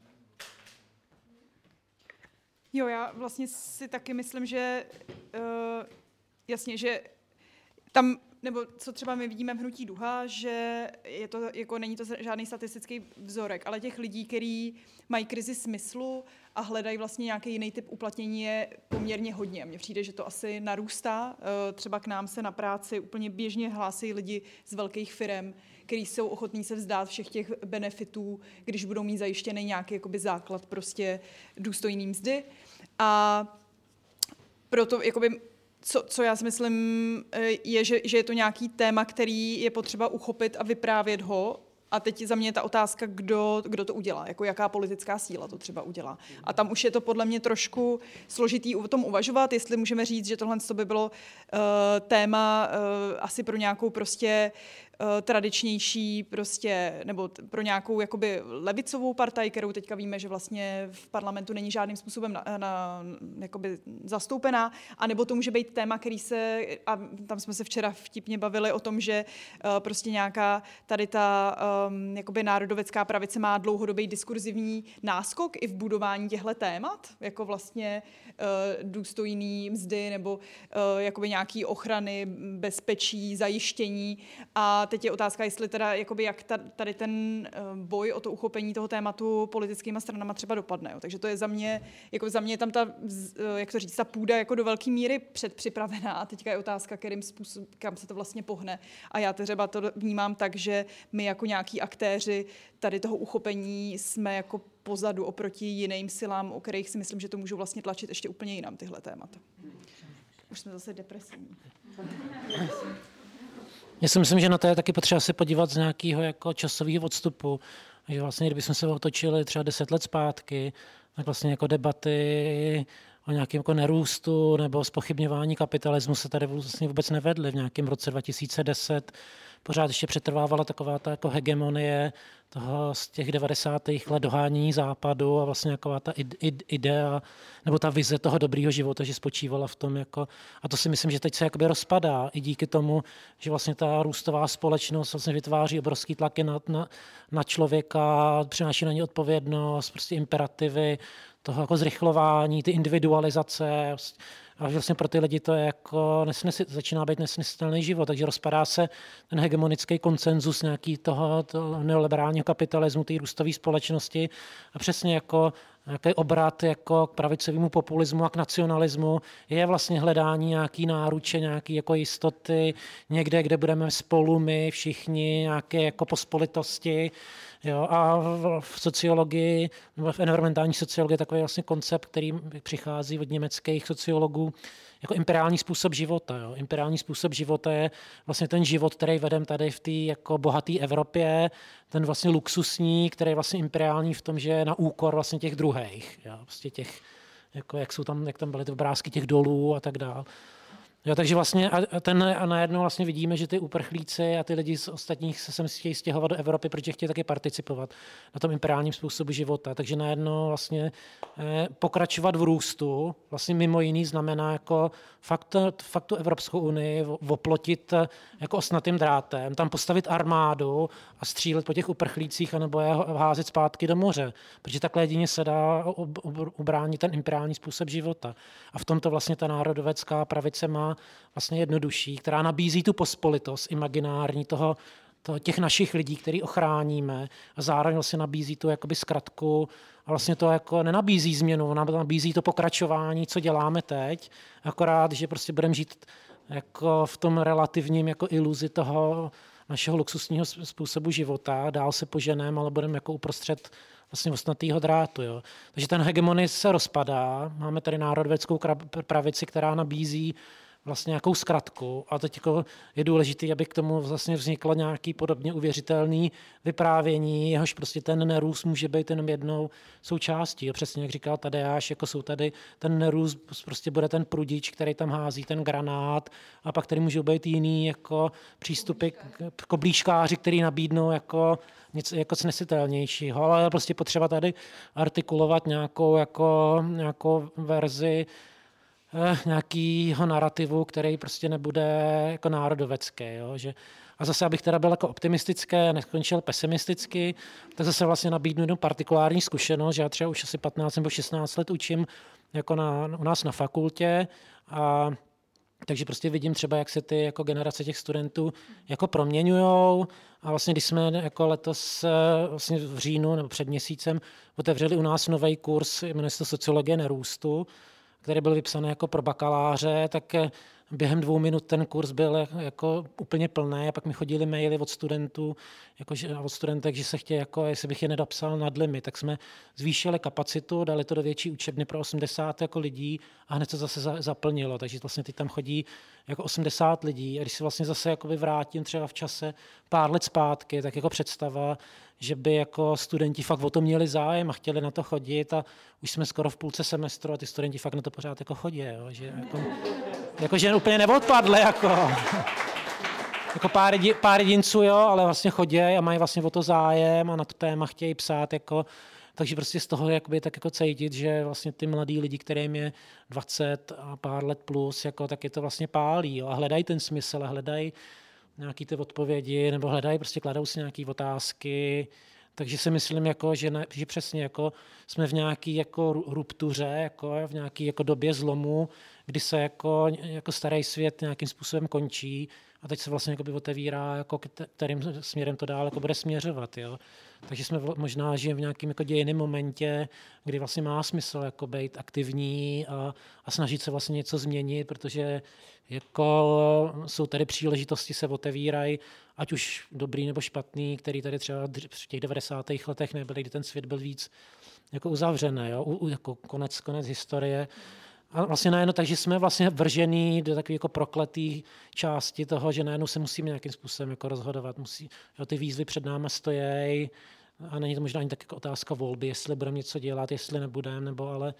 Jo, já vlastně si taky myslím, že uh, jasně, že tam, nebo co třeba my vidíme v Hnutí Duha, že je to, jako není to žádný statistický vzorek, ale těch lidí, kteří mají krizi smyslu a hledají vlastně nějaký jiný typ uplatnění, je poměrně hodně. Mně přijde, že to asi narůstá. Třeba k nám se na práci úplně běžně hlásí lidi z velkých firem, kteří jsou ochotní se vzdát všech těch benefitů, když budou mít zajištěný nějaký jakoby základ prostě důstojný mzdy. A proto jakoby Co, co já si myslím, je, že, že je to nějaký téma, který je potřeba uchopit a vyprávět ho. A teď za mě je ta otázka, kdo, kdo to udělá, jako jaká politická síla to třeba udělá. A tam už je to podle mě trošku složitý o tom uvažovat, jestli můžeme říct, že tohle by bylo uh, téma uh, asi pro nějakou prostě uh, tradičnější prostě, nebo t- pro nějakou jakoby levicovou partaj, kterou teďka víme, že vlastně v parlamentu není žádným způsobem na, na, jakoby zastoupená, anebo to může být téma, který se, a tam jsme se včera vtipně bavili o tom, že uh, prostě nějaká tady ta um, jakoby národovecká pravice má dlouhodobý diskurzivní náskok i v budování těchto témat, jako vlastně uh, důstojný mzdy nebo uh, jakoby nějaký ochrany, bezpečí, zajištění. A teď je otázka, jestli teda, jakoby jak tady ten boj o to uchopení toho tématu politickýma stranama třeba dopadne. Jo. Takže to je za mě, jako za mě je tam ta, jak to říct, ta půda jako do velké míry předpřipravená a teďka je otázka, kterým způsob, kam se to vlastně pohne. A já třeba to vnímám tak, že my jako nějaký aktéři tady toho uchopení jsme jako pozadu oproti jiným silám, o kterých si myslím, že to můžou vlastně tlačit ještě úplně jinam tyhle témata. Už jsme zase depresivní. Já si myslím, že na to je taky potřeba se podívat z nějakého jako časového odstupu. Že vlastně, kdybychom se otočili třeba deset let zpátky, tak vlastně jako debaty o nějakém jako nerůstu nebo zpochybňování kapitalismu se tady vlastně vůbec nevedly. V nějakém roce dva tisíce deset pořád ještě přetrvávala taková ta jako hegemonie toho z těch devadesátých let dohánění západu a vlastně taková ta idea nebo ta vize toho dobrýho života, že spočívala v tom jako, a to si myslím, že teď se jakoby rozpadá i díky tomu, že vlastně ta růstová společnost vlastně vytváří obrovský tlaky na, na, na člověka, přináší na ně odpovědnost, prostě imperativy toho jako zrychlování, ty individualizace. A vlastně pro ty lidi to je jako nesmysl, začíná být nesmyslný život, takže rozpadá se ten hegemonický konsenzus nějaký toho, toho neoliberálního kapitalismu, té růstové společnosti a přesně jako nějaký obrat jako k pravicovému populismu a k nacionalismu je vlastně hledání nějaký náruče, nějaký jako jistoty, někde, kde budeme spolu my všichni, nějaké jako pospolitosti. Jo, a v, v sociologii, v environmentální sociologii je takový vlastně koncept, který přichází od německých sociologů jako imperiální způsob života. Jo. Imperiální způsob života je vlastně ten život, který vedeme tady v té jako bohaté Evropě, ten vlastně luxusní, který je vlastně imperiální v tom, že je na úkor vlastně těch druhých. Jo. Prostě těch, jako jak jsou tam, jak tam byly ty obrázky těch dolů a tak dále. Jo, takže vlastně a, ten, a najednou vlastně vidíme, že ty uprchlíci a ty lidi z ostatních se sem chtějí stěhovat do Evropy, protože chtějí taky participovat na tom imperiálním způsobu života. Takže najednou vlastně eh, pokračovat v růstu, vlastně mimo jiný znamená jako fakt, fakt tu Evropskou unii oplotit jako osnatým drátem, tam postavit armádu a střílet po těch uprchlících anebo je házet zpátky do moře, protože takhle jedině se dá ubránit ten imperiální způsob života. A v tomto vlastně ta národovecká pravice má vlastně jednodušší, která nabízí tu pospolitost imaginární toho, toho těch našich lidí, který ochráníme a zároveň vlastně nabízí tu jakoby zkratku a vlastně to jako nenabízí změnu, nabízí to pokračování, co děláme teď, akorát, že prostě budeme žít jako v tom relativním jako iluzi toho našeho luxusního způsobu života, dál se poženeme, ale budeme jako uprostřed vlastně osnatýho drátu. Jo. Takže ten hegemonis se rozpadá, máme tady národoveckou pravici, která nabízí vlastně nějakou zkratku a teď jako je důležité, aby k tomu vlastně vzniklo nějaký podobně uvěřitelný vyprávění, jehož prostě ten nerůst může být jenom jednou součástí. Jo. Přesně jak říkal Tadeáš, jako jsou tady ten nerůst, prostě bude ten prudič, který tam hází ten granát a pak tady můžou být jiný jako přístupy k koblížkáři, který nabídnou jako něco jako snesitelnějšího, ale je prostě potřeba tady artikulovat nějakou, jako, nějakou verzi eh, nějakého narrativu, který prostě nebude jako národovecký. Jo? Že, a zase, abych teda byl jako optimistický a neskončil pesimisticky, tak zase vlastně nabídnu jednu partikulární zkušenost, že já třeba už asi patnáct nebo šestnáct let učím jako na, u nás na fakultě a takže prostě vidím třeba, jak se ty jako generace těch studentů jako proměňujou a vlastně když jsme jako letos vlastně v říjnu nebo před měsícem otevřeli u nás nový kurz, jmenuje se to Sociologie nerůstu, který byl vypsaný jako pro bakaláře, tak během dvou minut ten kurz byl jako úplně plný a pak mi chodili maily od studentů, jako, že, od studentek, že se chtějí, jako, jestli bych je nedopsal nad limit, tak jsme zvýšili kapacitu, dali to do větší učebny pro osmdesát jako lidí a hned se zase za, zaplnilo, takže vlastně teď tam chodí jako osmdesát lidí a když se vlastně zase jako vrátím třeba v čase pár let zpátky, tak jako představa, že by jako studenti fakt o to měli zájem a chtěli na to chodit a už jsme skoro v půlce semestru a ty studenti fakt na to pořád jako chodí, jo, že jako, jako že úplně neodpadli, jako, jako pár, pár jedinců, jo, ale vlastně chodí a mají vlastně o to zájem a na to téma chtějí psát, jako, takže prostě z toho jakoby tak jako cítit, že vlastně ty mladí lidi, kterým je dvacet a pár let plus, jako, tak je to vlastně pálí, jo, a hledají ten smysl a hledají nějaké ty odpovědi, nebo hledají, prostě kladou si nějaké otázky, takže si myslím, jako, že, ne, že přesně jako jsme v nějaké jako ruptuře, jako v nějaké jako době zlomu, kdy se jako, jako starý svět nějakým způsobem končí a teď se vlastně jako otevírá, jako kterým směrem to dál jako bude směřovat. Jo. Takže jsme možná žijeme v nějakém jako dějiném momentě, kdy vlastně má smysl jako být aktivní a, a snažit se vlastně něco změnit, protože jako jsou tady příležitosti, se otevírají, ať už dobrý nebo špatný, který tady třeba v těch devadesátých letech nebyly, kdy ten svět byl víc jako uzavřený, jo? U, jako konec, konec historie. A vlastně najednou, takže jsme vlastně vržený do takové jako prokletý části toho, že najednou se musíme nějakým způsobem jako rozhodovat. Musí, jo, ty výzvy před námi stojí a není to možná ani tak jako otázka volby, jestli budeme něco dělat, jestli nebudeme, nebo ale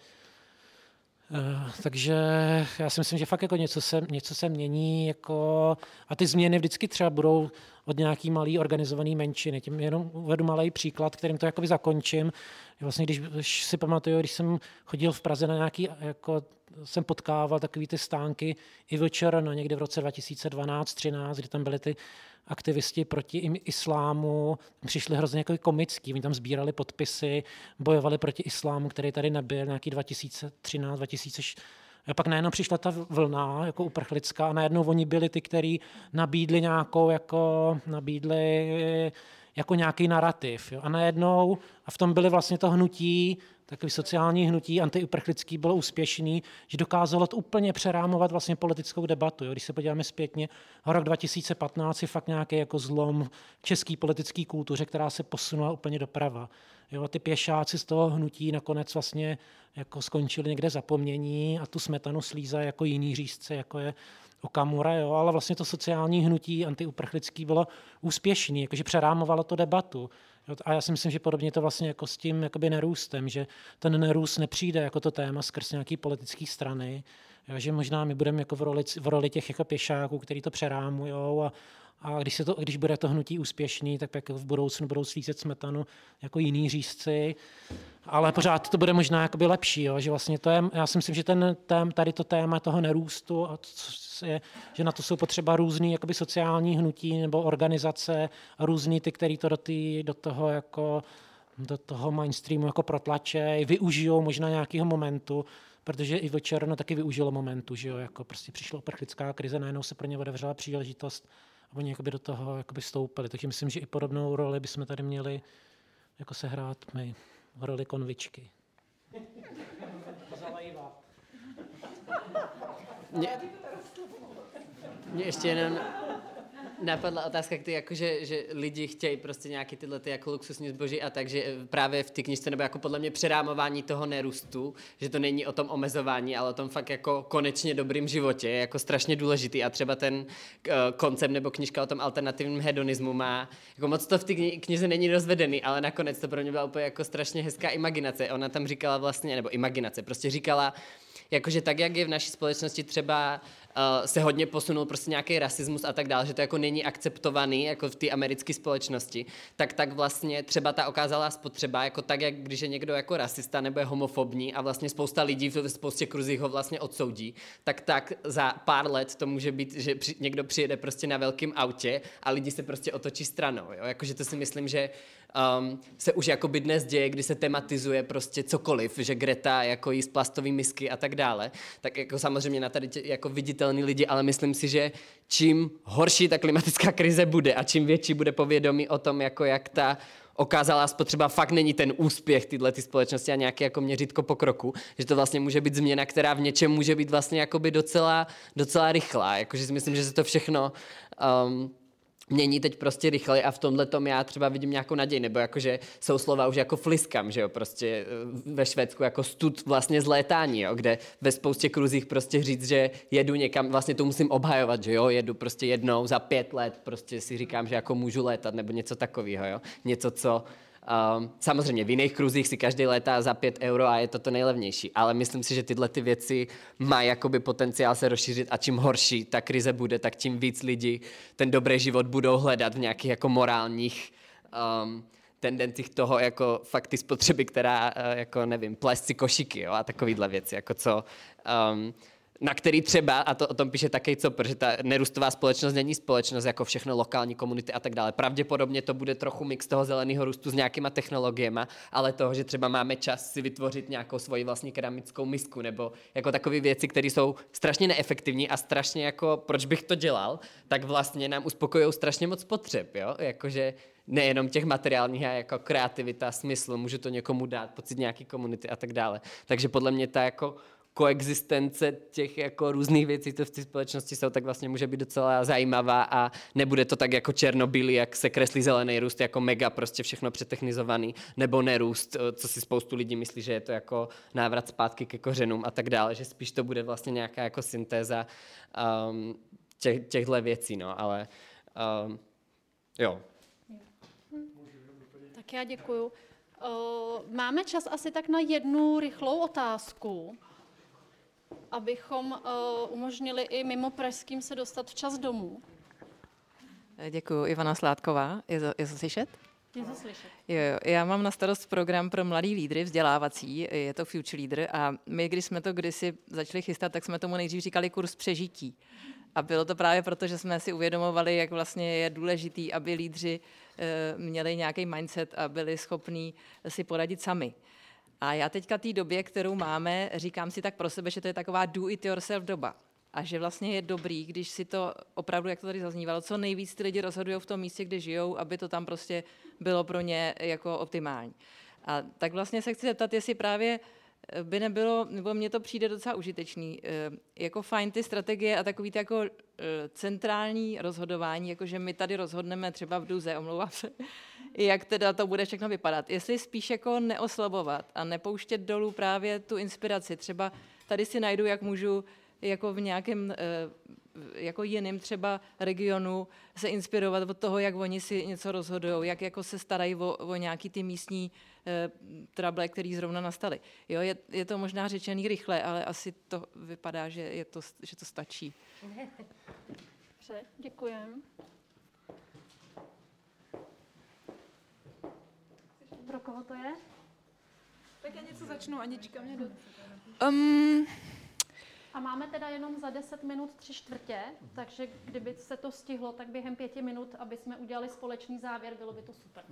Uh, takže já si myslím, že fakt jako něco se, něco se mění jako, a ty změny vždycky třeba budou od nějaký malý organizovaný menšiny. Tím jenom uvedu malý příklad, kterým to jakoby zakončím. Vlastně, když, když si pamatuju, když jsem chodil v Praze na nějaký, jako jsem potkával takový ty stánky I V Č R, no, někde v roce dva tisíce dvanáct třináct, kdy tam byly ty aktivisti proti islámu, přišli hrozně jako komický, oni tam sbírali podpisy, bojovali proti islámu, který tady nebyl, nějaký dva tisíce třináct dva tisíce šestnáct. A pak najednou přišla ta vlna jako uprchlická a najednou oni byli ty, kteří nabídli nějakou, jako, nabídli jako nějaký narrativ. Jo. A najednou, a v tom byly vlastně to hnutí, takový sociální hnutí, antiuprchlický bylo úspěšný, že dokázalo to úplně přerámovat vlastně politickou debatu. Jo. Když se podíváme zpětně, rok dva tisíce patnáct je fakt nějaký jako zlom v české politické kultuře, která se posunula úplně doprava. Jo, ty pěšáci z toho hnutí nakonec vlastně jako skončili někde zapomnění a tu smetanu slízají jako jiný řízce, jako je Okamura, jo, ale vlastně to sociální hnutí antiuprchlický bylo úspěšný, jakože přerámovalo to debatu. Jo, a já si myslím, že podobně to vlastně jako s tím jakoby nerůstem, že ten nerůst nepřijde jako to téma skrz nějaký politické strany, Jo, že možná my budeme jako v roli, v roli těch jako pěšáků, který to přerámujou a, a když, se to, když bude to hnutí úspěšný, tak pak v budoucnu budou slízet smetanu jako jiný řízci, ale pořád to bude možná jakoby lepší, jo, že vlastně to je, já si myslím, že ten tém, tady to téma toho nerůstu, a to je, že na to jsou potřeba různý jakoby sociální hnutí nebo organizace a různý ty, který to do, tý, do toho jako do toho mainstreamu jako protlačej, využijou možná nějakého momentu, protože i Večerno taky využilo momentu, že jo, jako prostě přišla uprchlická krize, najednou se pro ně otevřela příležitost a oni jakoby do toho jakoby vstoupili. Takže myslím, že i podobnou roli bychom tady měli jako sehrát my, v roli konvičky. Mě, mě ještě jenom napadla otázka, kdy jako, že, že lidi chtějí prostě nějaký tyhle ty jako luxusní zboží a takže právě v té knižce nebo jako podle mě přerámování toho nerůstu, že to není o tom omezování, ale o tom fakt jako konečně dobrým životě, je jako strašně důležitý a třeba ten uh, koncept nebo knižka o tom alternativním hedonismu má, jako moc to v té knize není rozvedený, ale nakonec to pro mě byla úplně jako strašně hezká imaginace. Ona tam říkala vlastně, nebo imaginace, prostě říkala, jakože tak, jak je v naší společnosti třeba uh, se hodně posunul prostě nějaký rasismus a tak dále, že to jako není akceptovaný jako v té americké společnosti, tak tak vlastně třeba ta okázalá spotřeba, jako tak, jak když je někdo jako rasista nebo je homofobní a vlastně spousta lidí v spoustě kruzích ho vlastně odsoudí, tak tak za pár let to může být, že při, někdo přijede prostě na velkém autě a lidi se prostě otočí stranou, jo? Jakože to si myslím, že um, se už jakoby dnes děje, kdy se tematizuje prostě cokoliv, že Greta jako jí z plastové misky a tak dále, tak jako samozřejmě na tady tě, jako viditelný lidi, ale myslím si, že čím horší ta klimatická krize bude a čím větší bude povědomí o tom, jako jak ta okázalá spotřeba fakt není ten úspěch tyhle ty společnosti a nějaký jako měřítko pokroku, že to vlastně může být změna, která v něčem může být vlastně jakoby docela, docela rychlá, jakože si myslím, že se to všechno um, mění teď prostě rychle a v tomhle tom já třeba vidím nějakou naději, nebo jakože jsou slova už jako fliskam, že jo, prostě ve Švédsku jako stud vlastně z létání, jo, kde ve spoustě kruzích prostě říct, že jedu někam, vlastně to musím obhajovat, že jo, jedu prostě jednou za pět let, prostě si říkám, že jako můžu létat, nebo něco takového, jo, něco, co Um, samozřejmě v jiných kruzích si každý létá za pět euro a je to to nejlevnější, ale myslím si, že tyhle ty věci mají jakoby potenciál se rozšířit a čím horší ta krize bude, tak tím víc lidí ten dobrý život budou hledat v nějakých jako morálních um, tendencích toho jako fakt ty spotřeby, která uh, jako nevím, plést si košíky, jo, a takovýhle věci, jako co um, na který třeba, a to o tom píše také co, protože ta nerůstová společnost není společnost jako všechno lokální komunity a tak dále. Pravděpodobně to bude trochu mix toho zeleného růstu s nějakýma technologiemi, ale toho, že třeba máme čas si vytvořit nějakou svoji vlastní keramickou misku nebo jako takové věci, které jsou strašně neefektivní a strašně jako, proč bych to dělal, tak vlastně nám uspokojují strašně moc potřeb, jo, jakože nejenom těch materiálních a jako kreativita, smysl, můžu to někomu dát, pocit nějaký komunity a tak dále. Takže podle mě ta jako koexistence těch jako různých věcí, co v té společnosti jsou, tak vlastně může být docela zajímavá a nebude to tak jako černobílý, jak se kreslí zelený růst, jako mega prostě všechno přetechnizovaný, nebo nerůst, co si spoustu lidí myslí, že je to jako návrat zpátky ke kořenům a tak dále, že spíš to bude vlastně nějaká jako syntéza um, těch, těchto věcí, no, ale um, jo. Tak já děkuju. Uh, máme čas asi tak na jednu rychlou otázku, abychom uh, umožnili i mimo pražským se dostat včas domů. Děkuji. Ivana Sládková. Je to, je to slyšet? Je to slyšet. Jo, jo. Já mám na starost program pro mladý lídry, vzdělávací, je to Future Leader a my, když jsme to kdysi začali chystat, tak jsme tomu nejdřív říkali kurz přežití. A bylo to právě proto, že jsme si uvědomovali, jak vlastně je důležitý, aby lídři e, měli nějaký mindset a byli schopní si poradit sami. A já teďka té době, kterou máme, říkám si tak pro sebe, že to je taková do-it-yourself doba. A že vlastně je dobrý, když si to opravdu, jak to tady zaznívalo, co nejvíc ty lidi rozhodují v tom místě, kde žijou, aby to tam prostě bylo pro ně jako optimální. A tak vlastně se chci zeptat, jestli právě by nebylo, nebo mně to přijde docela užitečný, jako fajn ty strategie a takový ty jako centrální rozhodování, jakože my tady rozhodneme třeba v Duze, omlouvám se, jak teda to bude všechno vypadat. Jestli spíš jako neoslabovat a nepouštět dolů právě tu inspiraci. Třeba tady si najdu, jak můžu jako v nějakém jako jiným třeba regionu se inspirovat od toho, jak oni si něco rozhodují, jak jako se starají o, o nějaký ty místní eh, trable, které zrovna nastaly. Jo, je, je to možná řečený rychle, ale asi to vypadá, že, je to, že to stačí. Dobře, děkujeme. Pro koho to je? Tak já něco začnu, Anička mě do... Um, a máme teda jenom za deset minut tři čtvrtě, takže kdyby se to stihlo, tak během pěti minut, aby jsme udělali společný závěr, bylo by to super.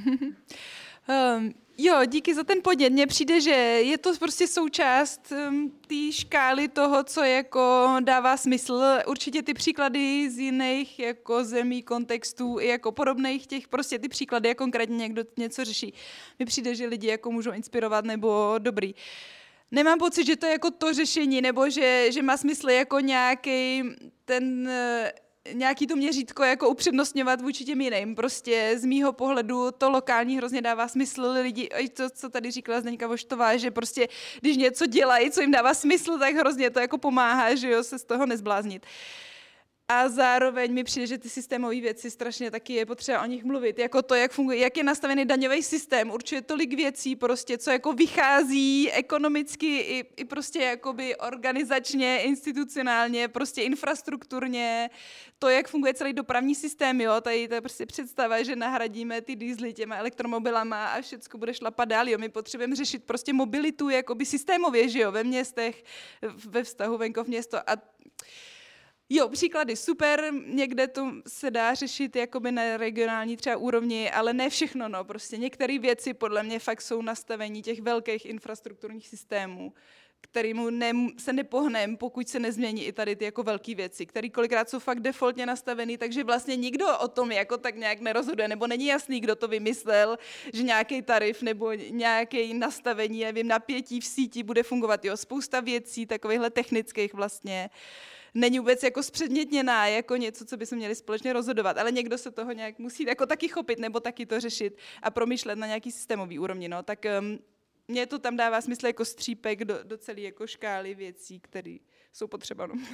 Um, jo, díky za ten podnět. Mně přijde, že je to prostě součást um, té škály toho, co jako dává smysl. Určitě ty příklady z jiných jako zemí, kontextů i jako podobných těch, prostě ty příklady, jak konkrétně někdo něco řeší. Mně přijde, že lidi jako můžou inspirovat nebo dobrý. Nemám pocit, že to je jako to řešení, nebo že, že má smysl jako nějaký ten... nějaký to měřítko jako upřednostňovat vůči těm jiným. Prostě z mýho pohledu to lokální hrozně dává smysl. Lidi, i to, co tady říkala Zdeňka Voštová, že prostě když něco dělají, co jim dává smysl, tak hrozně to jako pomáhá, že jo, se z toho nezbláznit. A zároveň mi přijde, že ty systémové věci strašně taky je potřeba o nich mluvit. Jako to, jak funguje, jak je nastavený daňový systém, určuje tolik věcí, prostě, co jako vychází ekonomicky i, i prostě jakoby organizačně, institucionálně, prostě infrastrukturně, to, jak funguje celý dopravní systém, jo, tady to je prostě představa, že nahradíme ty diesely těma elektromobilama a všecko bude šlapat dál, jo, my potřebujeme řešit prostě mobilitu jakoby systémově, že jo, ve městech, ve vztahu venkov město a jo, příklady super, někde to se dá řešit jakoby na regionální třeba úrovni, ale ne všechno, no, prostě některé věci podle mě fakt jsou nastavení těch velkých infrastrukturních systémů, kterýmu ne, se nepohneme, pokud se nezmění i tady ty jako velké věci, které kolikrát jsou fakt defaultně nastavený, takže vlastně nikdo o tom jako tak nějak nerozhoduje, nebo není jasný, kdo to vymyslel, že nějaký tarif nebo nějaké nastavení, nevím, napětí v síti bude fungovat, jo, spousta věcí takovýchhle technických vlastně není vůbec jako zpředmětněná, jako něco, co bychom měli společně rozhodovat, ale někdo se toho nějak musí jako taky chopit nebo taky to řešit a promýšlet na nějaký systémový úrovni, no, tak um, mně to tam dává smysl jako střípek do, do celé jako škály věcí, které jsou potřeba, no.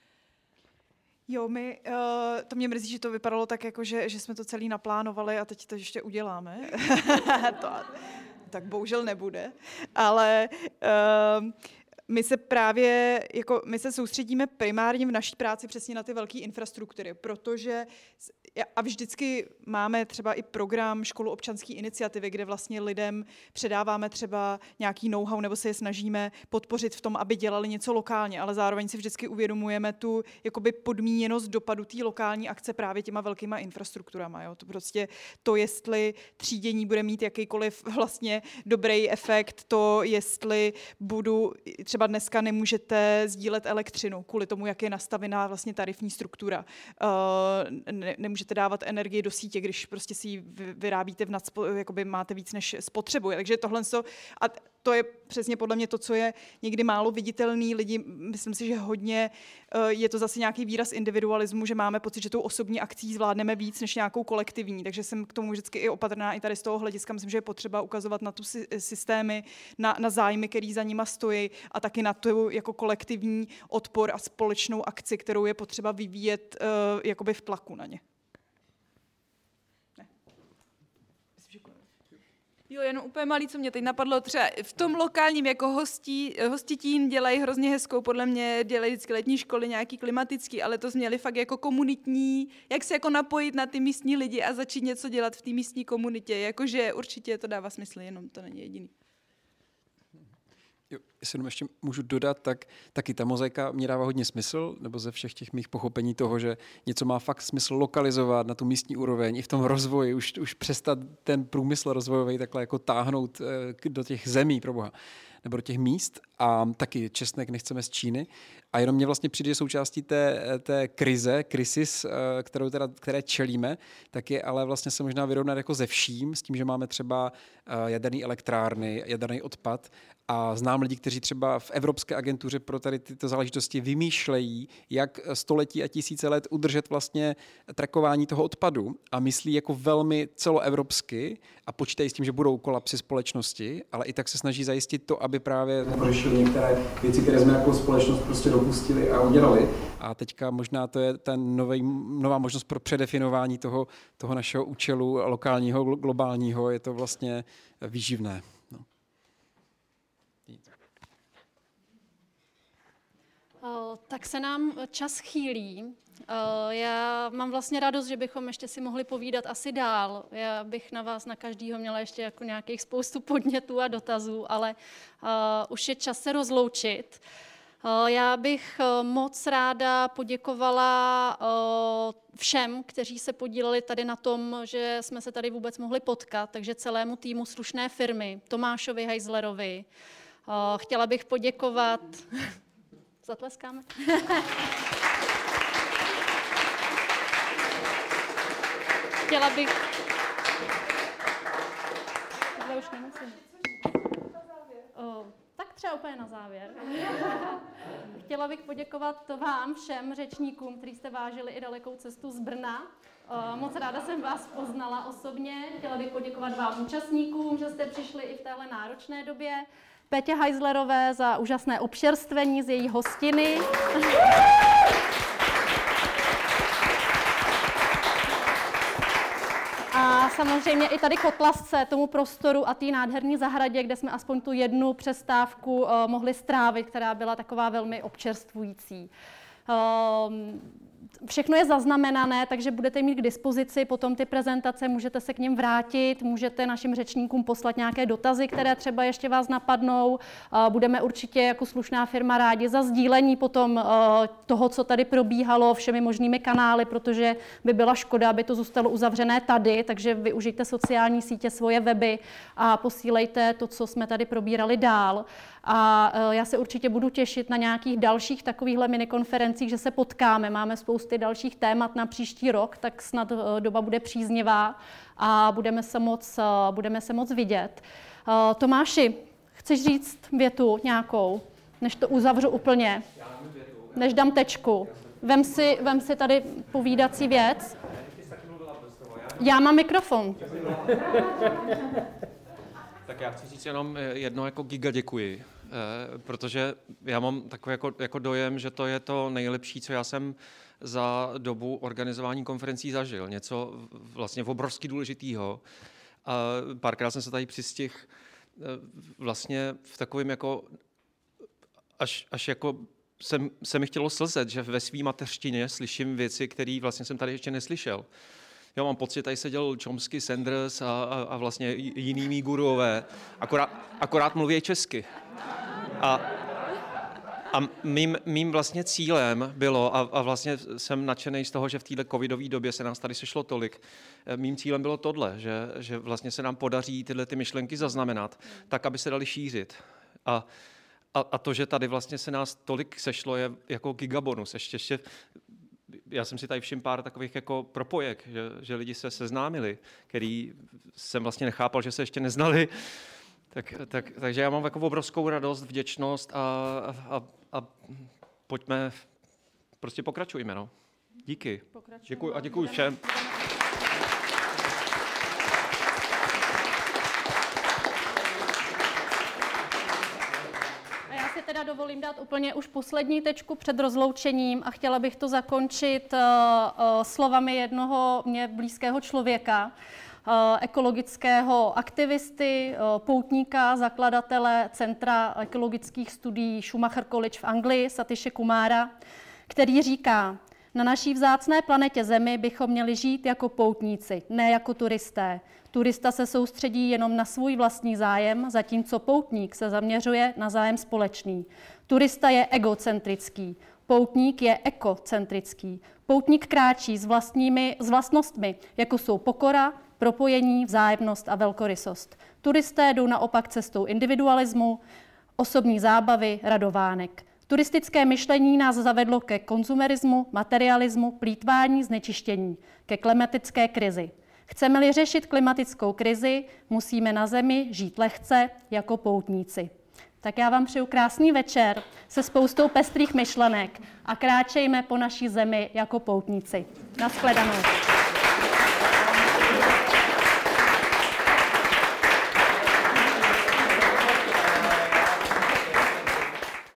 Jo, my, uh, to mě mrzí, že to vypadalo tak, jako, že, že jsme to celý naplánovali a teď to ještě uděláme. to, tak bohužel nebude, ale... Uh, My se právě, jako my se soustředíme primárně v naší práci přesně na ty velké infrastruktury, protože a vždycky máme třeba i program Školu občanské iniciativy, kde vlastně lidem předáváme třeba nějaký know-how nebo se je snažíme podpořit v tom, aby dělali něco lokálně, ale zároveň si vždycky uvědomujeme tu jakoby podmíněnost dopadu té lokální akce právě těma velkýma infrastrukturama. Jo? To prostě to, jestli třídění bude mít jakýkoliv vlastně dobrý efekt, to, jestli budu třeba Třeba dneska nemůžete sdílet elektřinu kvůli tomu, jak je nastavená vlastně tarifní struktura. Ne, nemůžete dávat energii do sítě, když prostě si ji vyrábíte v nadspo, jakoby máte víc, než spotřebuje. Takže tohle so, a to je přesně podle mě to, co je někdy málo viditelný. Lidi, myslím si, že hodně je to zase nějaký výraz individualismu, že máme pocit, že tou osobní akcí zvládneme víc než nějakou kolektivní. Takže jsem k tomu vždycky i opatrná i tady z toho hlediska. Myslím, že je potřeba ukazovat na tu systémy, na, na zájmy, který za nima stojí a taky na tu jako kolektivní odpor a společnou akci, kterou je potřeba vyvíjet uh, jakoby v tlaku na ně. Jo, jenom úplně malý, co mě teď napadlo, třeba v tom lokálním jako hostí, hostitín dělají hrozně hezkou, podle mě dělají vždycky letní školy nějaký klimatický, ale to měli fakt jako komunitní, jak se jako napojit na ty místní lidi a začít něco dělat v té místní komunitě, jakože určitě to dává smysl, jenom to není jediný. Jo, jestli jenom ještě můžu dodat, tak taky ta mozaika mě dává hodně smysl, nebo ze všech těch mých pochopení toho, že něco má fakt smysl lokalizovat na tu místní úroveň i v tom rozvoji, už, už přestat ten průmysl rozvojový takhle jako táhnout do těch zemí, proboha, nebo do těch míst a taky česnek nechceme z Číny. A jenom mě vlastně přijde součástí té, té krize, krisis, kterou teda, které čelíme, tak je ale vlastně se možná vyrovnat jako ze vším, s tím, že máme třeba jaderné elektrárny, jaderný odpad A znám lidi, kteří třeba v Evropské agentuře pro tady tyto záležitosti vymýšlejí, jak století a tisíce let udržet vlastně trackování toho odpadu a myslí jako velmi celoevropsky a počítají s tím, že budou kolapsy společnosti, ale i tak se snaží zajistit to, aby právě řešili některé věci, které jsme jako společnost prostě dopustili a udělali. A teďka možná to je ten nový, nová možnost pro předefinování toho, toho našeho účelu lokálního, globálního, je to vlastně výživné. No. Tak se nám čas chýlí. Já mám vlastně radost, že bychom ještě si mohli povídat asi dál. Já bych na vás, na každýho měla ještě jako nějakých spoustu podnětů a dotazů, ale už je čas se rozloučit. Já bych moc ráda poděkovala všem, kteří se podíleli tady na tom, že jsme se tady vůbec mohli potkat, takže celému týmu Slušné firmy, Tomášovi Heislerovi. Chtěla bych poděkovat... Zatleskáme? Chtěla bych... Tohle už nemusím. Oh, tak třeba úplně na závěr. Chtěla bych poděkovat vám všem řečníkům, kteří jste vážili i dalekou cestu z Brna. Moc ráda jsem vás poznala osobně. Chtěla bych poděkovat vám účastníkům, že jste přišli i v téhle náročné době. Pétě Heislerové za úžasné občerstvení z její hostiny. A samozřejmě i tady Kotlasce, tomu prostoru a té nádherné zahradě, kde jsme aspoň tu jednu přestávku uh, mohli strávit, která byla taková velmi občerstvující. Um, Všechno je zaznamenané, takže budete mít k dispozici potom ty prezentace, můžete se k nim vrátit, můžete našim řečníkům poslat nějaké dotazy, které třeba ještě vás napadnou. Budeme určitě jako Slušná firma rádi za sdílení potom toho, co tady probíhalo všemi možnými kanály, protože by byla škoda, aby to zůstalo uzavřené tady, takže využijte sociální sítě, svoje weby a posílejte to, co jsme tady probírali dál. A já se určitě budu těšit na nějakých dalších takovýchhle minikonferencích, že se potkáme. Máme spousty dalších témat na příští rok, tak snad doba bude příznivá a budeme se moc, budeme se moc vidět. Tomáši, chceš říct větu nějakou, než to uzavřu úplně? Než dám tečku. Vem si, vem si tady povídací věc. Já mám mikrofon. Tak já chci říct jenom jedno jako giga děkuji, eh, protože já mám takový jako, jako dojem, že to je to nejlepší, co já jsem za dobu organizování konferencí zažil. Něco vlastně obrovsky důležitýho. A párkrát jsem se tady přistihl eh, vlastně v takovém jako, až, až jako jsem, se mi chtělo slzet, že ve své mateřštině slyším věci, které vlastně jsem tady ještě neslyšel. Já mám pocit, tady seděl Chomsky, Sanders a, a, a vlastně jiný mý guruové, akorát, akorát mluví česky. A, a mým, mým vlastně cílem bylo, a, a vlastně jsem nadšený z toho, že v této covidové době se nás tady sešlo tolik, mým cílem bylo tohle, že, že vlastně se nám podaří tyhle ty myšlenky zaznamenat, tak, aby se dali šířit. A, a, a to, že tady vlastně se nás tolik sešlo, je jako gigabonus. Ještě, ještě já jsem si tady všiml pár takových jako propojek, že, že lidi se seznámili, který jsem vlastně nechápal, že se ještě neznali. Tak, tak, takže já mám jako obrovskou radost, vděčnost a, a, a pojďme, prostě pokračujme. No. Díky. Děkuji a děkuji všem. Teda dovolím dát úplně už poslední tečku před rozloučením a chtěla bych to zakončit uh, uh, slovami jednoho mě blízkého člověka, uh, ekologického aktivisty, uh, poutníka, zakladatele Centra ekologických studií Schumacher College v Anglii, Satishe Kumara, který říká: na naší vzácné planetě Zemi bychom měli žít jako poutníci, ne jako turisté. Turista se soustředí jenom na svůj vlastní zájem, zatímco poutník se zaměřuje na zájem společný. Turista je egocentrický, poutník je ekocentrický. Poutník kráčí s, vlastními, s vlastnostmi, jako jsou pokora, propojení, vzájemnost a velkorysost. Turisté jdou naopak cestou individualismu, osobní zábavy, radovánek. Turistické myšlení nás zavedlo ke konzumerismu, materialismu, plýtvání, znečištění, ke klimatické krizi. Chceme-li řešit klimatickou krizi, musíme na Zemi žít lehce jako poutníci. Tak já vám přeju krásný večer se spoustou pestrých myšlenek a kráčejme po naší zemi jako poutníci. Naschledanou.